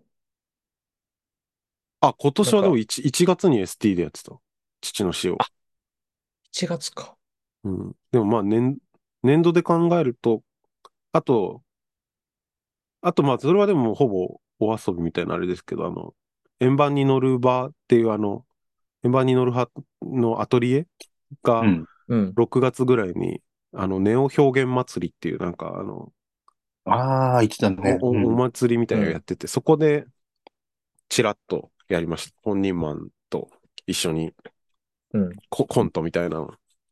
今年はでもなんか、 1月に ST でやってた。父の死を。 あ、1月か。 うん。でもまあ年度で考えると、あと、まあそれはでもほぼお遊びみたいなあれですけど、円盤に乗る場っていう円盤に乗る派のアトリエがうん。 うん。 6月ぐらいに、ネオ表現祭りっていうなんかああ、言ってたね。うおん。 祭りみたいなのやっうん。 てて、そこでチラッとやりました。本人マンと一緒にうん。 コントみたいな。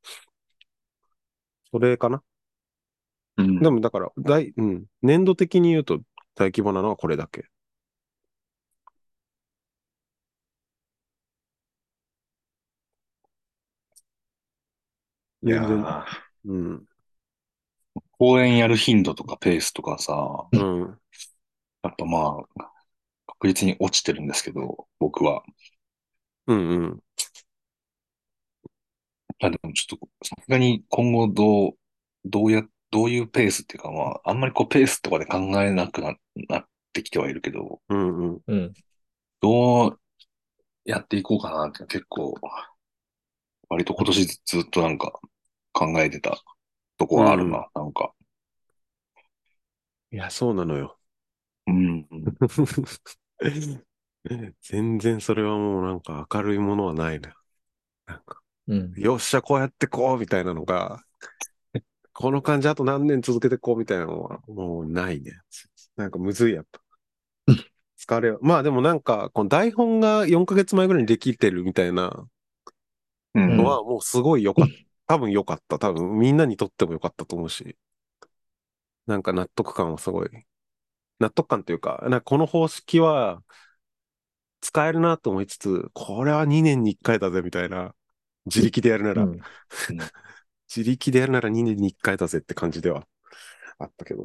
それかな。 うん。 でもだから、年度的に言うと大規模なのはこれだけ。 いや全然、 ー、 うん、 公演やる頻度とかペースとかさ、 うん、 やっぱまあ、確実に落ちてるんですけど、僕は。 うん、うん、 でもちょっと、さすがに今後どういうペースっていうかまあ、あんまりこうペースとかで考えなってきてはいるけど、 うん、うん。 うん。 どうやっていこうかなって結構割と今年ずっとなんか考えてたとこうん。 があるな、なんか。 いや、そうなのよ。 うん、うん。 全然それはもうなんか明るいものはないな。なんか、 うん。 よっしゃ、こうやってこうみたいなのが、この感じあと何年続けてこうみたいなのはもうないね。なんかむずいやっぱ。疲れは。まあでもなんか、この台本が4ヶ月前ぐらいにできてるみたいなのうん。 はもうすごい良かった。多分良かった。多分みんなにとっても良かったと思うし、なんか納得感はすごい。納得感というか、なんかこの方式は使えるなと思いつつ、これは2年に1回だぜみたいな、自力でやるなら、 うん。 うん。 自力でやるなら2年に1回だぜって感じではあったけど。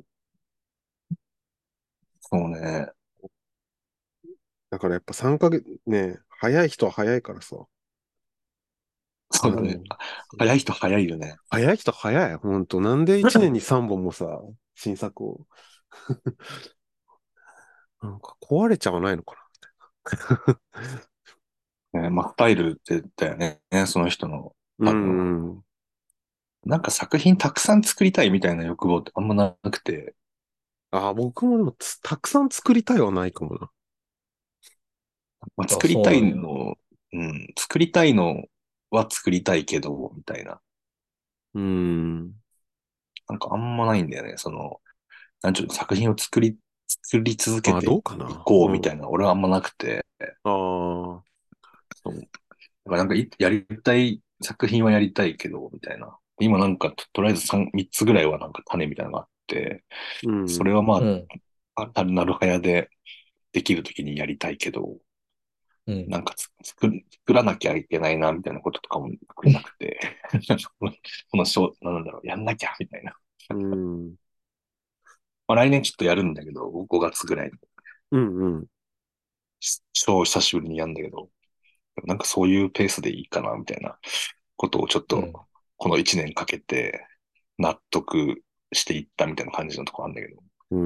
そうね。 だからやっぱ3ヶ月、ね、早い人は早いからさ。 そうだね。 うん。 早い人早いよね。 早い人は早い。ほんと。なんで1年に3本もさ、新作を。なんか壊れちゃわないのかな。 ね、まあ、スタイルってだよね。その人の、 う多分。 ん。 なんか作品たくさん作りたいみたいな欲望ってあんまなくて、 あ、僕もでもたくさん作りたいはないかもな。 まあ、 あ、 作りたいそうなんや。 の、うん、作りたいのは作りたいけど、みたいな。 うん。 なんかあんまないんだよね。その、なんちゅうの、作品を作り続けあ、どてうかな。 いこううん。 みたいな、俺はあんまなくて、 ああ。 そう。だからなんかやりたい、作品はやりたいけど、みたいな。今なんかとりあえず3つぐらいはなんか種みたいなのがあって、 うん。 それはまうん。 あ、なるはやでできるときにやりたいけど、 うん。 なんか作らなきゃいけないな、みたいなこととかも特になくて、なんかこのなんだろう、やんなきゃ、みたいな。 うん。 まあ、来年ちょっとやるんだけど、5月ぐらいに、 うん。うん。 超久しぶりにやるんだけど、なんかそういうペースでいいかな、みたいなことをちょっと、 うん。 この1年かけて納得していったみたいな感じのところなんだけど。 うん。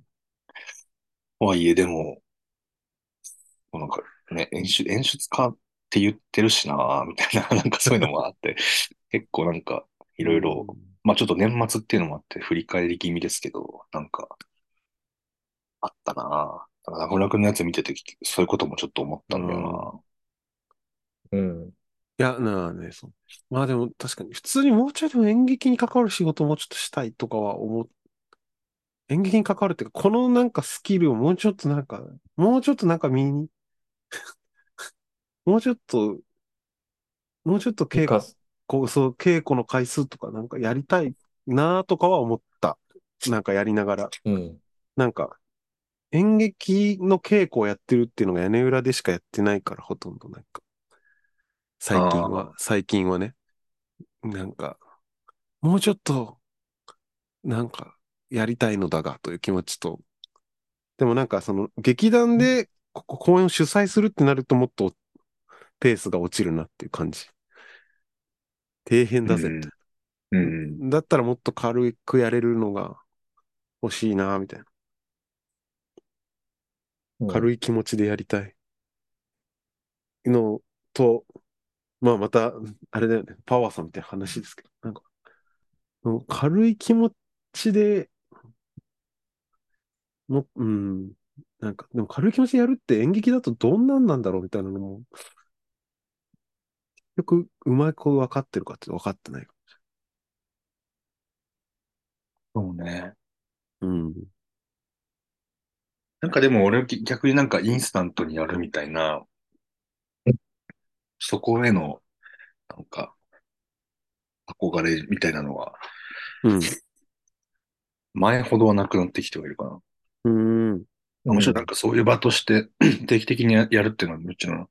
とはいえ、でも、もうなんかね、演出家って言ってるしな、みたいな、なんかそういうのもあって、結構なんか、いうろいろ、 ん。 まあちょっと年末っていうのもあって振り返り気味ですけど、なんかあったな。だから中村君のやつ見てて、そういうこともちょっと思っあたんだよあ。 な。 うん。 いや、なあね、そう。まあでも確かに、普通にもうちょいでも演劇に関わる仕事をもうちょっとしたいとかは演劇に関わるっていうか、このなんかスキルをもうちょっとなんか、もうちょっとなんか身に、もうちょっと、もうちょっといか、 そう、稽古の回数とかなんかやりたいなとかは思った。なんかやりながら。 うん。 なんか、演劇の稽古をやってるっていうのが屋根裏でしかやってないから、ほとんどなんか、 ああ、 最近はね、なんか、もうちょっと、なんか、やりたいのだが、という気持ちと、でもなんかその劇団で公演を主催するってなるともっとペースが落ちるなっていう感じ。底辺だぜみたうん、ういん、 な。だったらもっと軽くやれるのが欲しいな、みたいな。 うん。 軽い気持ちでやりたいのと、まあまた、あれだよね、パワーさんみたいな話ですけど、なんか、軽い気持ちでうん、なんか、でも軽い気持ちでやるって演劇だとどんなんなんだろうみたいなのも、よくうまい子分かってるかって分かってない。 そうね。 うん。 なんかでも俺逆になんかインスタントにやるみたいな、そこへのなんか憧れみたいなのは、 うん。 前ほどはなくなってきてはいるかな。 うん。 もちろんなんうん。 かそういう場として定期的にやるっていうのはもちろん、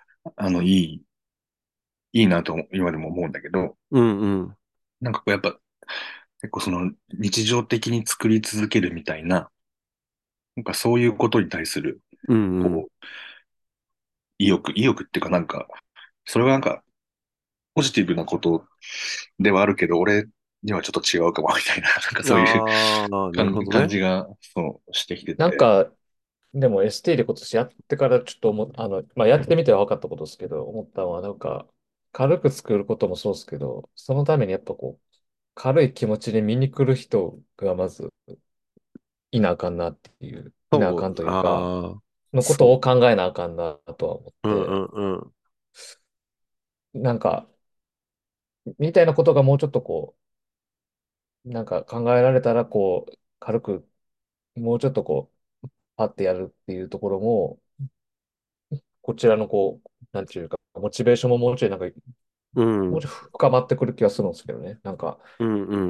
いいなと今でも思うんだけど、 うん。うん。 なんかこうやっぱ結構その日常的に作り続けるみたいな、なんかそういうことに対する、 うん。うん。 こう、意欲っていうかなんか、それはなんかポジティブなことではあるけど、俺にはちょっと違うかもみたいな、なんかそういうああ、なるほどね。 感じが、そうしてきてて、 なんか、でも ST で今年やってからちょっとまあ、やってみて分かったことですけど、思ったのは、なんか、 軽く作ることもそうですけど、そのためにやっぱこう、軽い気持ちで見に来る人がまずいなあかんなっていう、いなあそう、 かんというか、 ああ、 のことをそう。 考えなあかんなとは思っうんうて、 んうん。 なんか、みたいなことがもうちょっとこう、なんか考えられたら、こう、軽く、もうちょっとこう、パッてやるっていうところも、こちらのこう、なんていうか、モチベーションももうちょいなんか、 うん。 もうちょい深まってくる気がするんですけどね。なんか、 うんうん。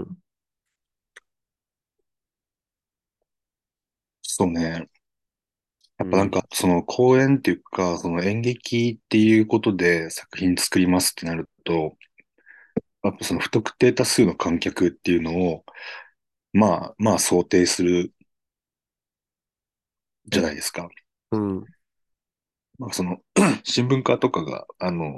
そうね。やっぱなんか、 うん。 その公演っていうか、その演劇っていうことで作品作りますってなると、やっぱその不特定多数の観客っていうのを、まあ想定するじゃないうん、 ですか。 うん。 まあその、新聞課とかが、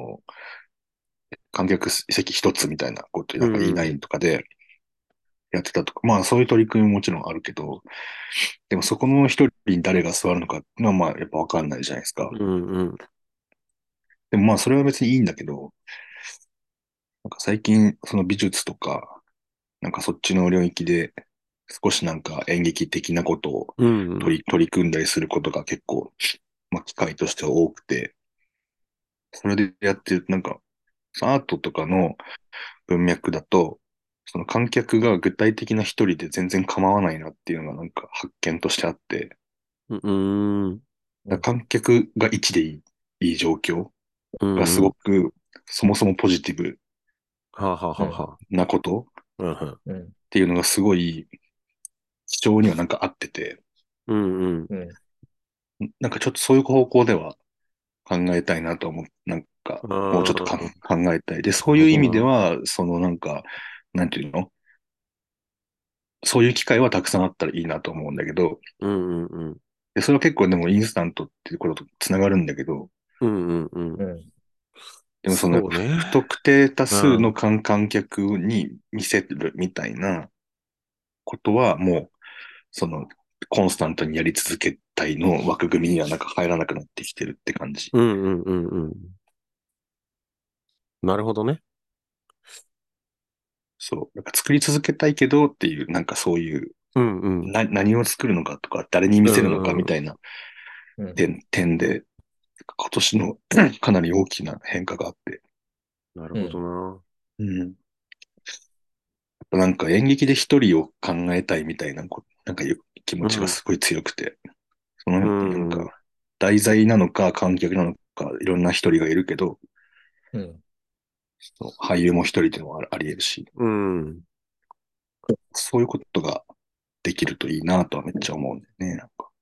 観客席一つみたいなことうなんか E9 ん。 とかでやってたとか、まあそういう取り組みももちろんあるけど、でもそこの一人に誰が座るのかっていうのはまあやっぱわかんないじゃないですか。 うんうん。 でもまあそれは別にいいんだけど、なんか最近その美術とか、なんかそっちの領域で少しなんか演劇的なことをうんうん。 取り組んだりすることが結構、まあ機会としては多くて、それでやってる、なんかアートとかの文脈だと、その観客が具体的な一人で全然構わないなっていうのがなんか発見としてあって、 うんうん。 うん、 観客が一でいい状況がすうんうん。 ごくそもそもポジティブはあ、はあはうん、 あはあ。 なことっうんうん、 ていうのがすごい貴重にはなんかあってて、 うんうん。 うん、 なんかちょっとそういう方向では考えたいなと思う。なんかもうちょっとああ、 考えたい。で、 なるほそういう意味でどな。 は、そのなんか、なんていうのそういう機会はたくさんあったらいいなと思うんだけど、 うんうんうん。 で、それは結構でもインスタントっていうこととつながるんだけど、 うんうんうん。 うん、 でもそのそうね。 不特定多う数のん。 観客に見せるみたいなことはもう、そのコンスタントにやり続けたいの枠組みにはなんか入らなくなってきてるって感じ。 うんうんうんうん。なるほどね。 そう。なんか作り続けたいけどっていう、なんかそういう、 うんうん。 何を作るのかとか、誰に見うせるのかんうん。 みたいなうん、 点で、今年のかなり大きな変化があって。 なるほどうん、 な。 うん。なんか演劇で一人を考えたいみたいななんかいう気持うん。 ちがすごい強くて、そうの、なんん。 か、題材なのか観客なのか、いろんな一人がいるけど、 うん。 そう俳優も一人っていうのはあり得るし、 うん。 そういうことができるといいなとはめっちゃ思うんだよね。なんか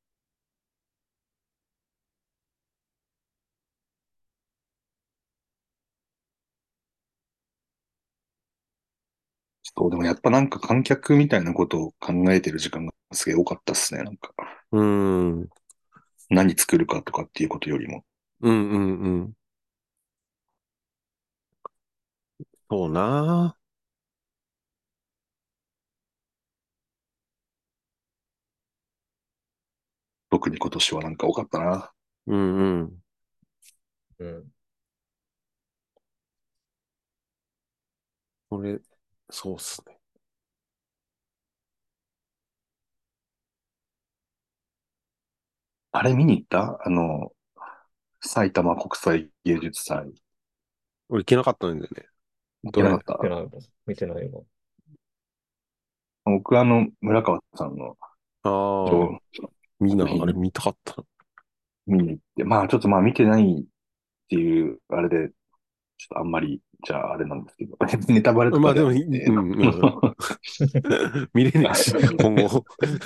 そう、でもやっぱなんか観客みたいなことを考えてる時間がすげえ多かったっすね。なんか、 うん。 何作るかとかっていうことよりも。 うんうんうん。そうな。 特に今年はなんか多かったな。 うんうん。 うん。 これ、そうっすね。 あれ見に行った埼玉国際芸術祭。 俺行けなかったんだよね。 行けどれ？ なかった。 見てない、見てないの。 僕村川さんのああ、 上あれ作品見たかった。 見に行って、まあちょっとまあ見てないっていう、あれで、ちょっとあんまり、じゃああれなんですけど、ネタバレとかではまあでも、うなくて、 んうん。見れねえし、今後。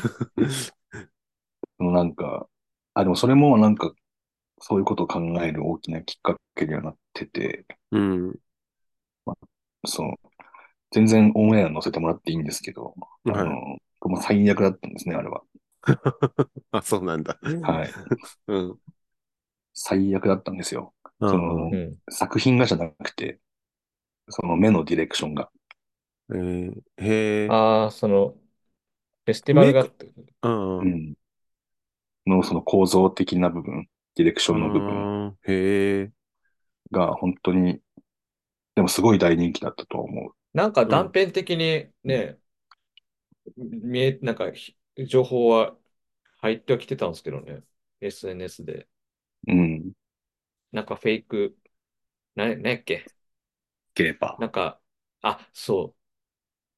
なんか、でもそれもなんか、そういうことを考える大きなきっかけにはなってて、 うん。 まあ、全然オンエア載せてもらっていいんですけど、 はい。 もう最悪だったんですね、あれは。 あ、そうなんだ。 はい。 うん。 最悪だったんですよ。 うんうん。 うん。 作品がじゃなくて、その目のディレクションが。 へえ。 ああ、その、フェスティバルメイク、 があって、 うんうん。 うん。その構造的な部分、ディレクシうョンの部分ーん。へえ。 が本当に、 でもすごい大人気だったと思う。 なんかうん。 断片的にね、なんか情報は入ってはきてたんですけどね。SNS で。 うん。 なんかフェイク、なんやっけケーパなんか、あ、そう。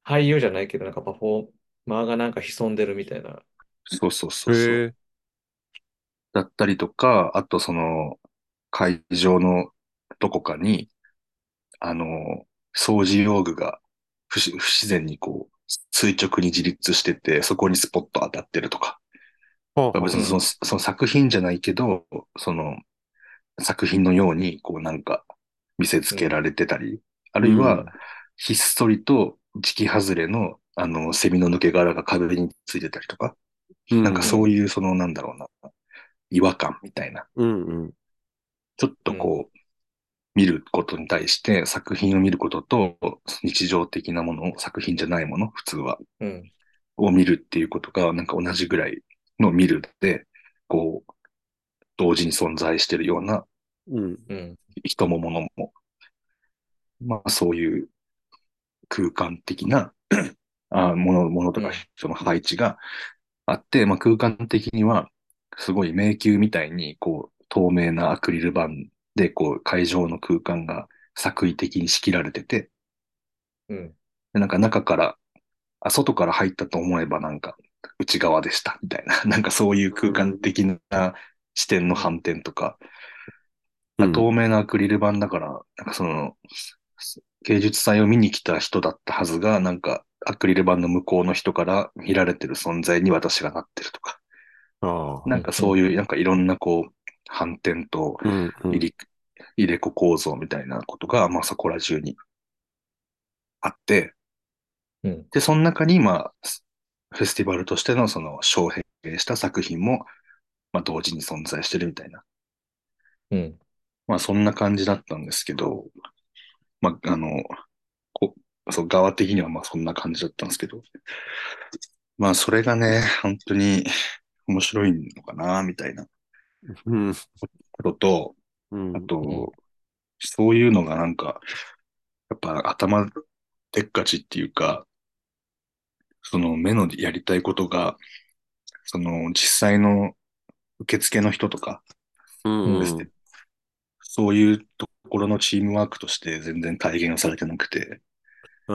俳優じゃないけど、なんかパフォーマーがなんか潜んでるみたいな。 ー。そうそうそうそう。 へえ。 だったりとか、あとその、会場のどこかに、あの、掃除用具が不自然にこう、垂直に自立してて、そこにスポット当たってるとか。 はあはあ。 別にその、 うん。 その作品じゃないけど、その作品のように、こうなんか見せつうん。 けられてたり、あるいは、 うん。 ひっそりと時期外れの、セミの抜け殻が壁についてたりとか、なんかうん。 そううん。 いうその、なんだろうな、違和感みたいな。 うん。うん。 ちょっうん。 とこう、見ることに対して、作品を見ることと、日常的なもの、作品じゃないもの、普通は、 うん。 を見るっていうことが、なんか同じぐらいの見るで、こう、同時に存在しているようなうん。 うん。 人も物も、まあそういう空間的なものとかうん。 人の配置があって、まあ空間的には、すごい迷宮みたいに、こう、透明なアクリル板で、こう、会場の空間が作為的に仕切られてて、 うん。 でなんか中から、外から入ったと思えばなんか内側でしたみたいな、なんかそういう空間的な視点のうん。 反転とか、 うん。 透明なアクリル板だから、なんかその、芸術祭を見に来た人だったはずが、なんかアクリル板の向こうの人から見られてる存在に私がなってるとか、 ああ。 なんうん。うん。 かそういう、なんかいろんなこう、反転とうん。うん。 入り、入れ子構造みたいなことが、まあそこら中にあって、 うん。 で、その中に、まあ、フェスティバルとしてのその招聘した作品も、まあ同時に存在してるみたいな、 うん。 まあそんな感じだったんですけど、まあ、こそう、側的にはまあそんな感じだったんですけど、まあそれがね、本当に面白いのかな、みたいなうん。 ことと、あうん。 うん。 と、そういうのがなんか、やっぱ頭でっかちっていうか、その目のやりたいことが、その実際の受付の人とかですね、 うん。 そういうところのチームワークとして全然体現されてなくて、 うん。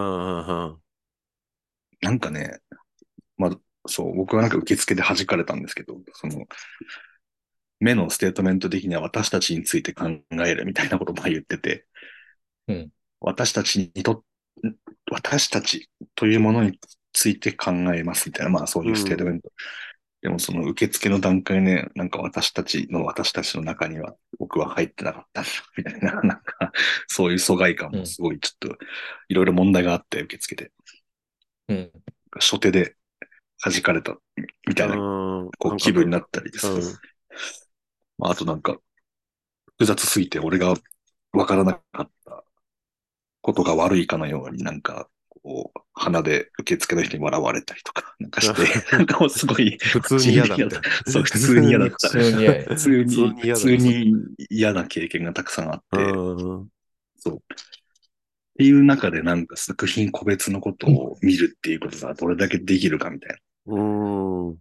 なんかね、まあ、そう、僕はなんか受付で弾かれたんですけど、その、目のステートメント的には私たちについて考えるみたいなことも言ってて、 うん。 私たちにと、私たちというものについて考えますみたいな、まあそういうステートメント。でもその受付の段階ね、なんか私たちの中には僕は入ってなかったんだ、みたいな、なんかそういう疎外感うん。 もすごいちょっといろいろ問題があって受付で、 うん。 初手で弾かれたみたいなうん。 こう感覚。 気分になったりです。 うん。 まあ、あとなんか複雑すぎて俺がわからなかったことが悪いかのようになんか、こう、鼻で受付の人に笑われたりとか、なんかして、なんかもうすごい、 普通に地味で嫌だ。 嫌だって。 そう、普普通に通に、 嫌だった。 普通にやい。 普普通に嫌だな、それ。 通に嫌な経験がたくさんあっうて、 ん。 そう。っていう中でなんか作品個別のことを見るっていうことがどれだけできるかみたいな。 うん。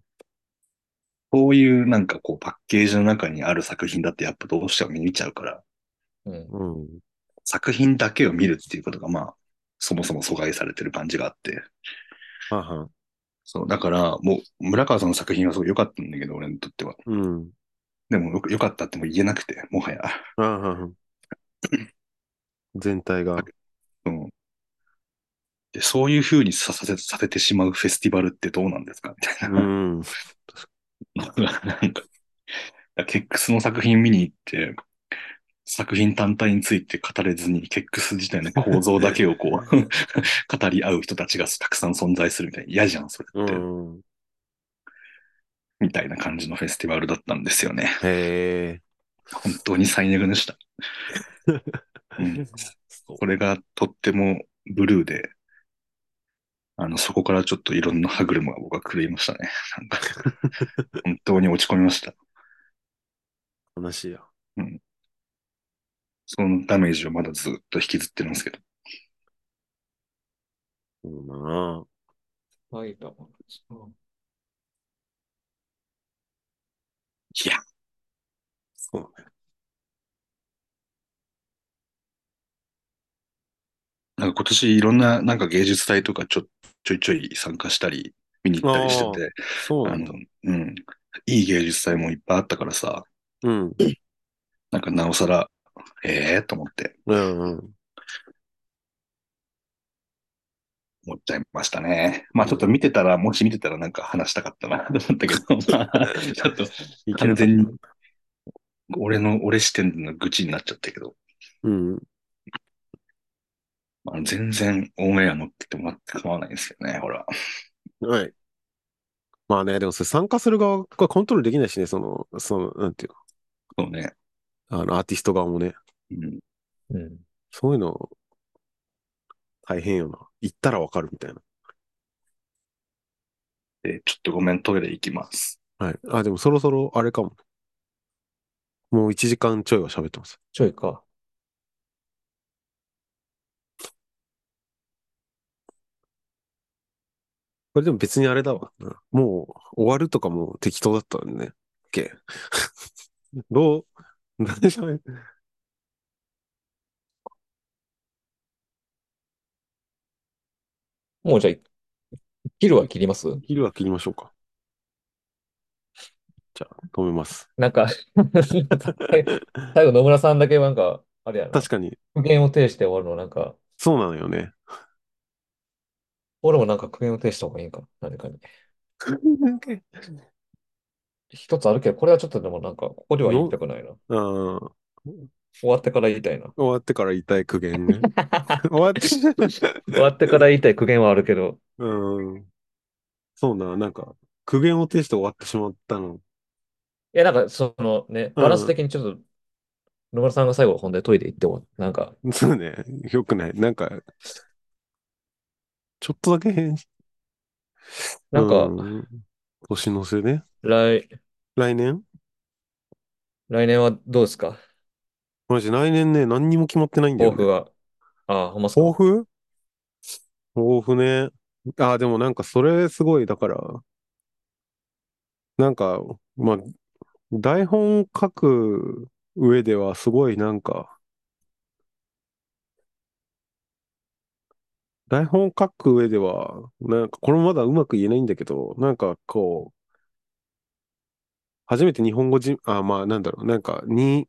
こういうなんかこうパッケージの中にある作品だってやっぱどうしても見ちゃうから、 うん。 うん。 作品だけを見るっていうことがまあ、そもそも阻害されてる感じがあって、 はは。 そう、だから、もう、村川さんの作品はすごい良かったんだけど、俺にとっては。 うん。 でも、良かったっても言えなくて、もはや。 はは。全体が。 うん、で、そういう風にさせてしまうフェスティバルってどうなんですかみたいうん。 な。なんか、ケックスの作品見に行って、作品単体について語れずに、ケックス自体の構造だけをこう語り合う人たちがたくさん存在するみたいな。嫌じゃん、それうって。 ん。 みたいな感じのフェスティバルだったんですよね。 へえ。 本当に最悪でした。うん。 そこれがとってもブルーで、そこからちょっといろんな歯車が僕は狂いましたね。なんか、本当に落ち込みました。 う。話や。 うん。 そのダメージをまだずっと引きずってるんですけど。 そうだな。 埼玉。うん。 いや、 そうね。 なんか今年いろんななんか芸術祭とかちょいちょい参加したり、見に行ったりしてああ、 て、あの、 そうなんだ。 うん、いい芸術祭もいっぱいあったからさ、 うん。 なんかなおさら、と思って、 うんうん。 思っちゃいましたね。まあちょっとうん。 もし見てたらなんか話したかったなと思ったけど、まあ、ちょっといけなかった。 完全に俺視点の愚痴になっちゃったけど、 うん。 まあ、全然オンエア乗っててもらって構わないんですよね、ほら。 はい。まあね、でもそれ参加する側がコントロールできないしね、なんていうそうね。 の、アーティスト側もね、 うん。 うん。 そういうの大変よな。行ったらわかるみたいな。 ちょっとごめん、トイレ行きます。 はい。あ、でもそろそろあれかも。もう1時間ちょいは喋ってます。 ちょいか。 これでも別にあれだわ。もう終わるとかも適当だったんでね。OK。どう、何でしょうね。 もうじゃあ、切るは切ります？ 昼は切りましょうか。じゃあ、止めます。 なんか最後野村さんだけなんか、あれやな。 確かに、 苦言を呈して終わるのなんか、 そうなのよね。 俺もなんか苦言を呈した方がいいんか。何かに。一つあるけど、これはちょっとでもなんか、ここでは言いの、 たくないな。 あー終わってから言いたいな。 終わってから言いたい苦言ね。終わって、 終わってから言いたい苦言はあるけど、 うん。そうな、なんか、苦言を呈して終わってしまったの。 いや、なんか、そのね、バランスうん。 的にちょっと、野村さんが最後、ほんでトイレ行って終わっなんか、 そうね。よくない。なんか、ちょっとだけうなんか、 ん。年の瀬ね。 来、 来年来年はどうですか？ マジ来年ね、何にも決まってないんだよね。 抱負は。ああ、ほんまっすか？ 抱負抱負ね。ああ、でもなんかそれすごい、だから、なんか、まあ、台本書く上ではすごいなんか、台本書く上では、なんかこれもまだうまく言えないんだけど、なんかこう、初めて日本語人、あ、まあなんだろう、なんか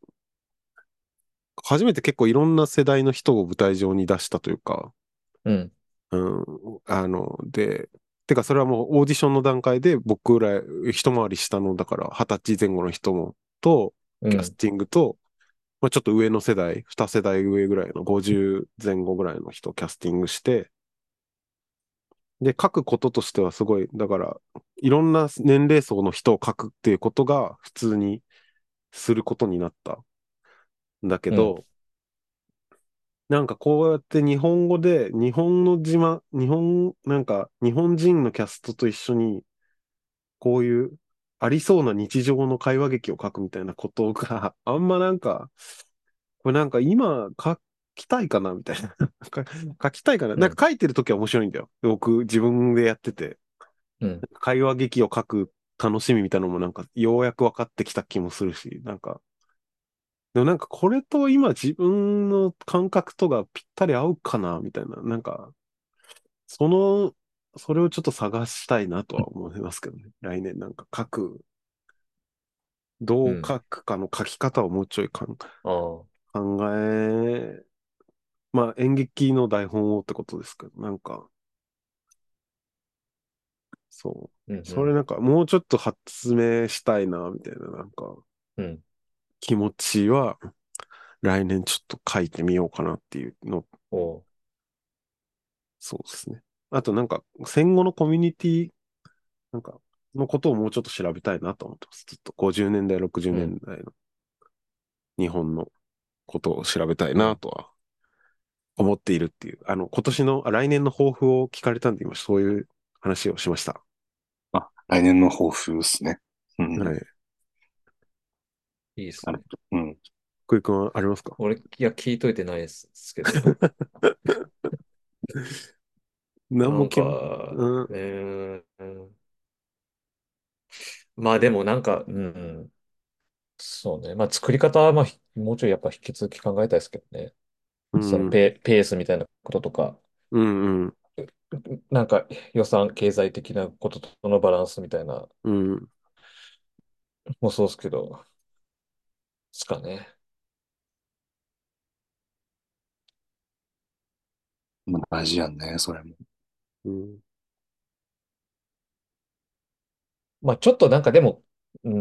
初めて結構いろんな世代の人を舞台上に出したというか、 うん、 うん、てかそれはもうオーディションの段階で僕ら一回り下の、だから20歳前後の人も、 うん、 キャスティングと、まあ、ちょっと上の世代、2世代上ぐらいの50前後ぐらいの人をキャスティングして、で、書くこととしてはすごい、だから、いろんな年齢層の人を書くっていうことが普通にすることになったんだけうん、 ど、なんかこうやって日本語で、なんか日本人のキャストと一緒に、こういうありそうな日常の会話劇を書くみたいなことがあんまなんか、これなんか今書きたいかなみたいな。か書きたいかなうん、 なんか書いてるときは面白いんだよ。僕自分でやってて。 うん、 会話劇を書く楽しみみたいなのもなんかようやく分かってきた気もするし、なんか、でもなんかこれと今自分の感覚とがぴったり合うかなみたいな。なんか、その、それをちょっと探したいなとは思いますけどね。来年なんかどううん。 書くかの書き方をもうちょいああ、 考え、まあ演劇の台本をってことですけど、なんか、そう。 うん、うん、 それなんかもうちょっと発明したいな、みたいな、なんかうん。 気持ちは来年ちょっと書いてみようかなっていうの、 おう。 そうですね。あとなんか戦後のコミュニティ、なんか、のことをもうちょっと調べたいなと思ってます。ずっと50年代、60年うん、 代の日本のことを調べたいうん。 なとは思っているっていう。来年の抱負を聞かれたんで今そういう話をしました。 あ、来年の抱負ですね。うん。 いいっすね。 なるほど。うん。 クイ君ありますか？ 俺、いや、聞いといてないですけど、なん何も決ま、 か、 うん、 まあでもなんか、そうね。まあ作り方は、まあ、もうちょいやっぱ引き続き考えたいですけどね。 うん、 ペースみたいなこととか、 うん、うん、 なんか予算、経済的なこととのバランスみたいな、 うん。 もそうですけど、ですかね。 まあ大事やんね、それも。 うん。 まあちょっとなんかでも、うん、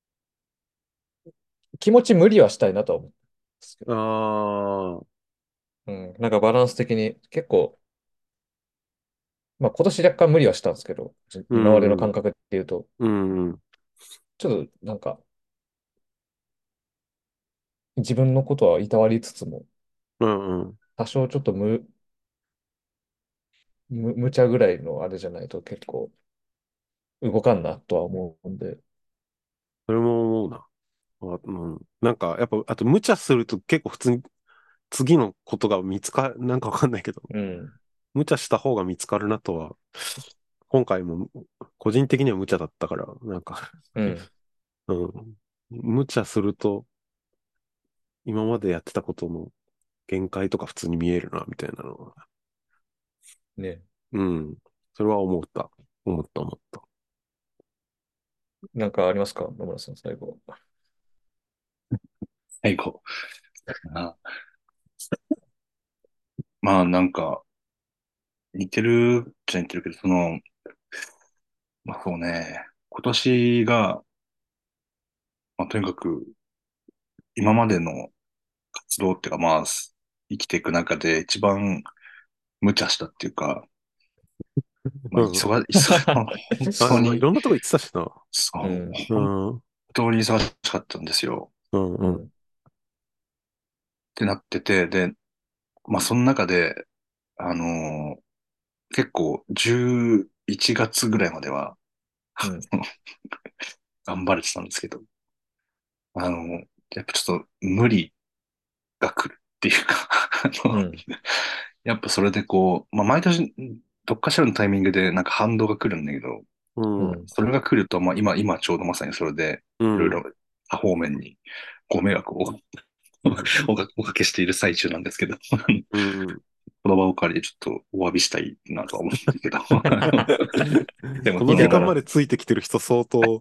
気持ち無理はしたいなとは思うんですけど、 ああ、 なんかバランス的に結構、まあ今年若干無理はしたんですけど、 う今までのん、 感覚で言うと、 うん、 ちょっとなんか自分のことはいたわりつつも、 うん、うん。 多少ちょっと無茶ぐらいのあれじゃないと結構動かんなとは思うんで、 それも思うな。うん。なんか、やっぱ、あと、無茶すると結構普通に次のことが見つか、なんかわかんないけど、 うん、 無茶した方が見つかるなとは、今回も個人的には無茶だったから、なんか、 うん、 うん。無茶すると、今までやってたことの限界とか普通に見えるな、みたいなのは。 ね。 うん。それは思った。思った、思った。 なんかありますか野村さん、最後。 最後。あ、まあなんか、似てるっちゃ似てるけど、まあそうね、今年が、まあとにかく今までの活動っていうかまあ、生きていく中で一番無茶したっていうか、まあ、 うん。 本あ、まあ、い当に、 ろんなとこ行ってたしな。 そう、 うん、 う本ん。 当に忙しかったんですよ。 うん、うん。 うん、 ってなってて、で、まあ、その中で、あのー結構、11月ぐらいまでは、 うん、 頑張れてたんですけど、やっぱちょっと無理が来るっていうかうん、 やっぱそれでこう、まあ、毎年、どっかしらのタイミングでなんか反動が来るんだけど、 うん、 うん、 それが来ると、まあ、今ちょうどまさにそれで、 うん、 いろいろ多方面にご迷惑をおかけしている最中なんですけど、 うん。 この場を借りてちょっとお詫びしたいなとは思うんですけど、でもこの時間まいや、 でついてきてる人相当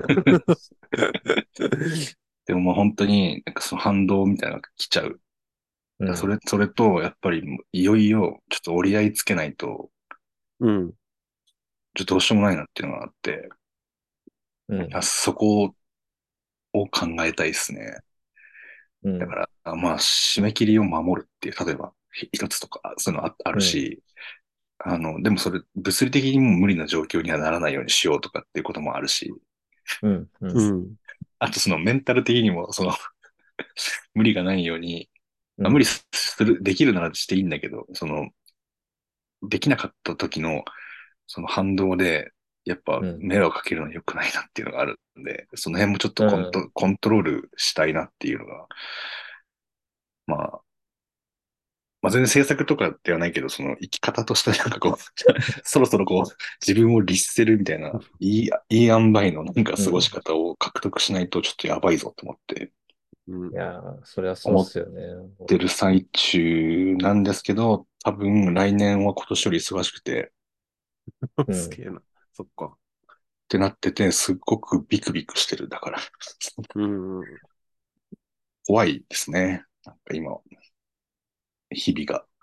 でもまあ本当になんかその反動みたいなのが来ちゃう。 うん、 それと、やっぱりいよいよちょっと折り合いつけないと、 うん、 ちょっとどうしようもないなっていうのがあって、 うん、 そこを考えたいですね。 うん、 だから、まあ、締め切りを守るっていう、例えば、一つとか、そういうのあるうん、 し、でもそれ、物理的にも無理な状況にはならないようにしようとかっていうこともあるし、 うん、うん、 うん、 あとそのメンタル的にも、無理がないように、まあ、無理うん、 できるならしていいんだけど、できなかった時の、その反動で、やっぱうん、 迷惑かけるのは良くないなっていうのがあるんで、その辺もちょっとうん、 コントロールしたいなっていうのが、まあ、まあ全然制作とかではないけど、その生き方としてなんかこう、そろそろこう、自分を律せるみたいな、いい塩梅のなんか過ごしうん。 方を獲得しないとちょっとやばいぞと思って、 うん。 いやー、それはそうっ思っすよね。 てる最中なんですけど、多分来年は今年より忙しくて、 うん。 すげえな。そっか。 ってなってて、すっごくビクビクしてる。だから、 うん、うん、 怖いですね。なんか今、日々が。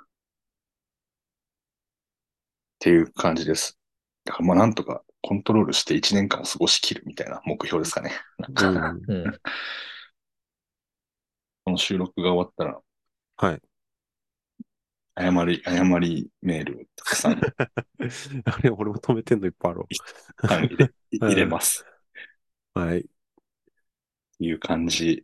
っていう感じです。だからまあなんとかコントロールして1年間過ごしきるみたいな目標ですかね。なんうかん。 うん。 この収録が終わったら、 はい。 謝りメールをたくさん、 あれ、俺も止めてんのいっぱいあろう。 入れうん。 ます。 はい。 っていう感じ。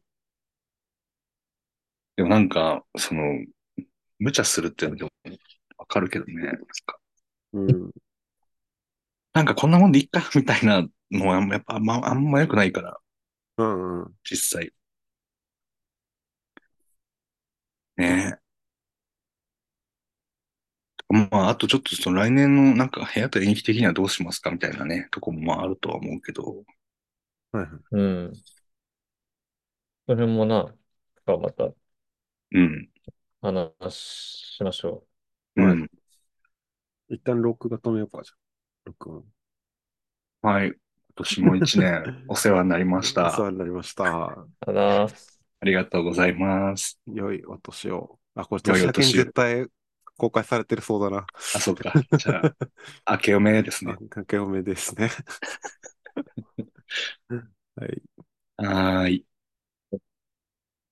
でもなんか、無茶するっていうのでもわかるけどね。 うん。 なんかこんなもんでいっかみたいなのはやっぱあんま良くないから、 うん、うん。 実際。 ね。まあ、あとちょっとその来年のなんか部屋と演劇的にはどうしますかみたいなね、とこもまああるとは思うけど。 はいはい。 うん。それもな、またうん。 話しましょはい。 うん。 一旦録画止めようか、じゃあ。録音。 はい。今年も一年お世話になりましお世た。 話になりました。 う。なありがとうございます。 良いお年を。あ、これ良い年明けにお年を。 絶対公開されてるそうだな。 あ、そうか。じゃあ、明けおめですあ、 ね。 かけおめですね。はい。 はーい。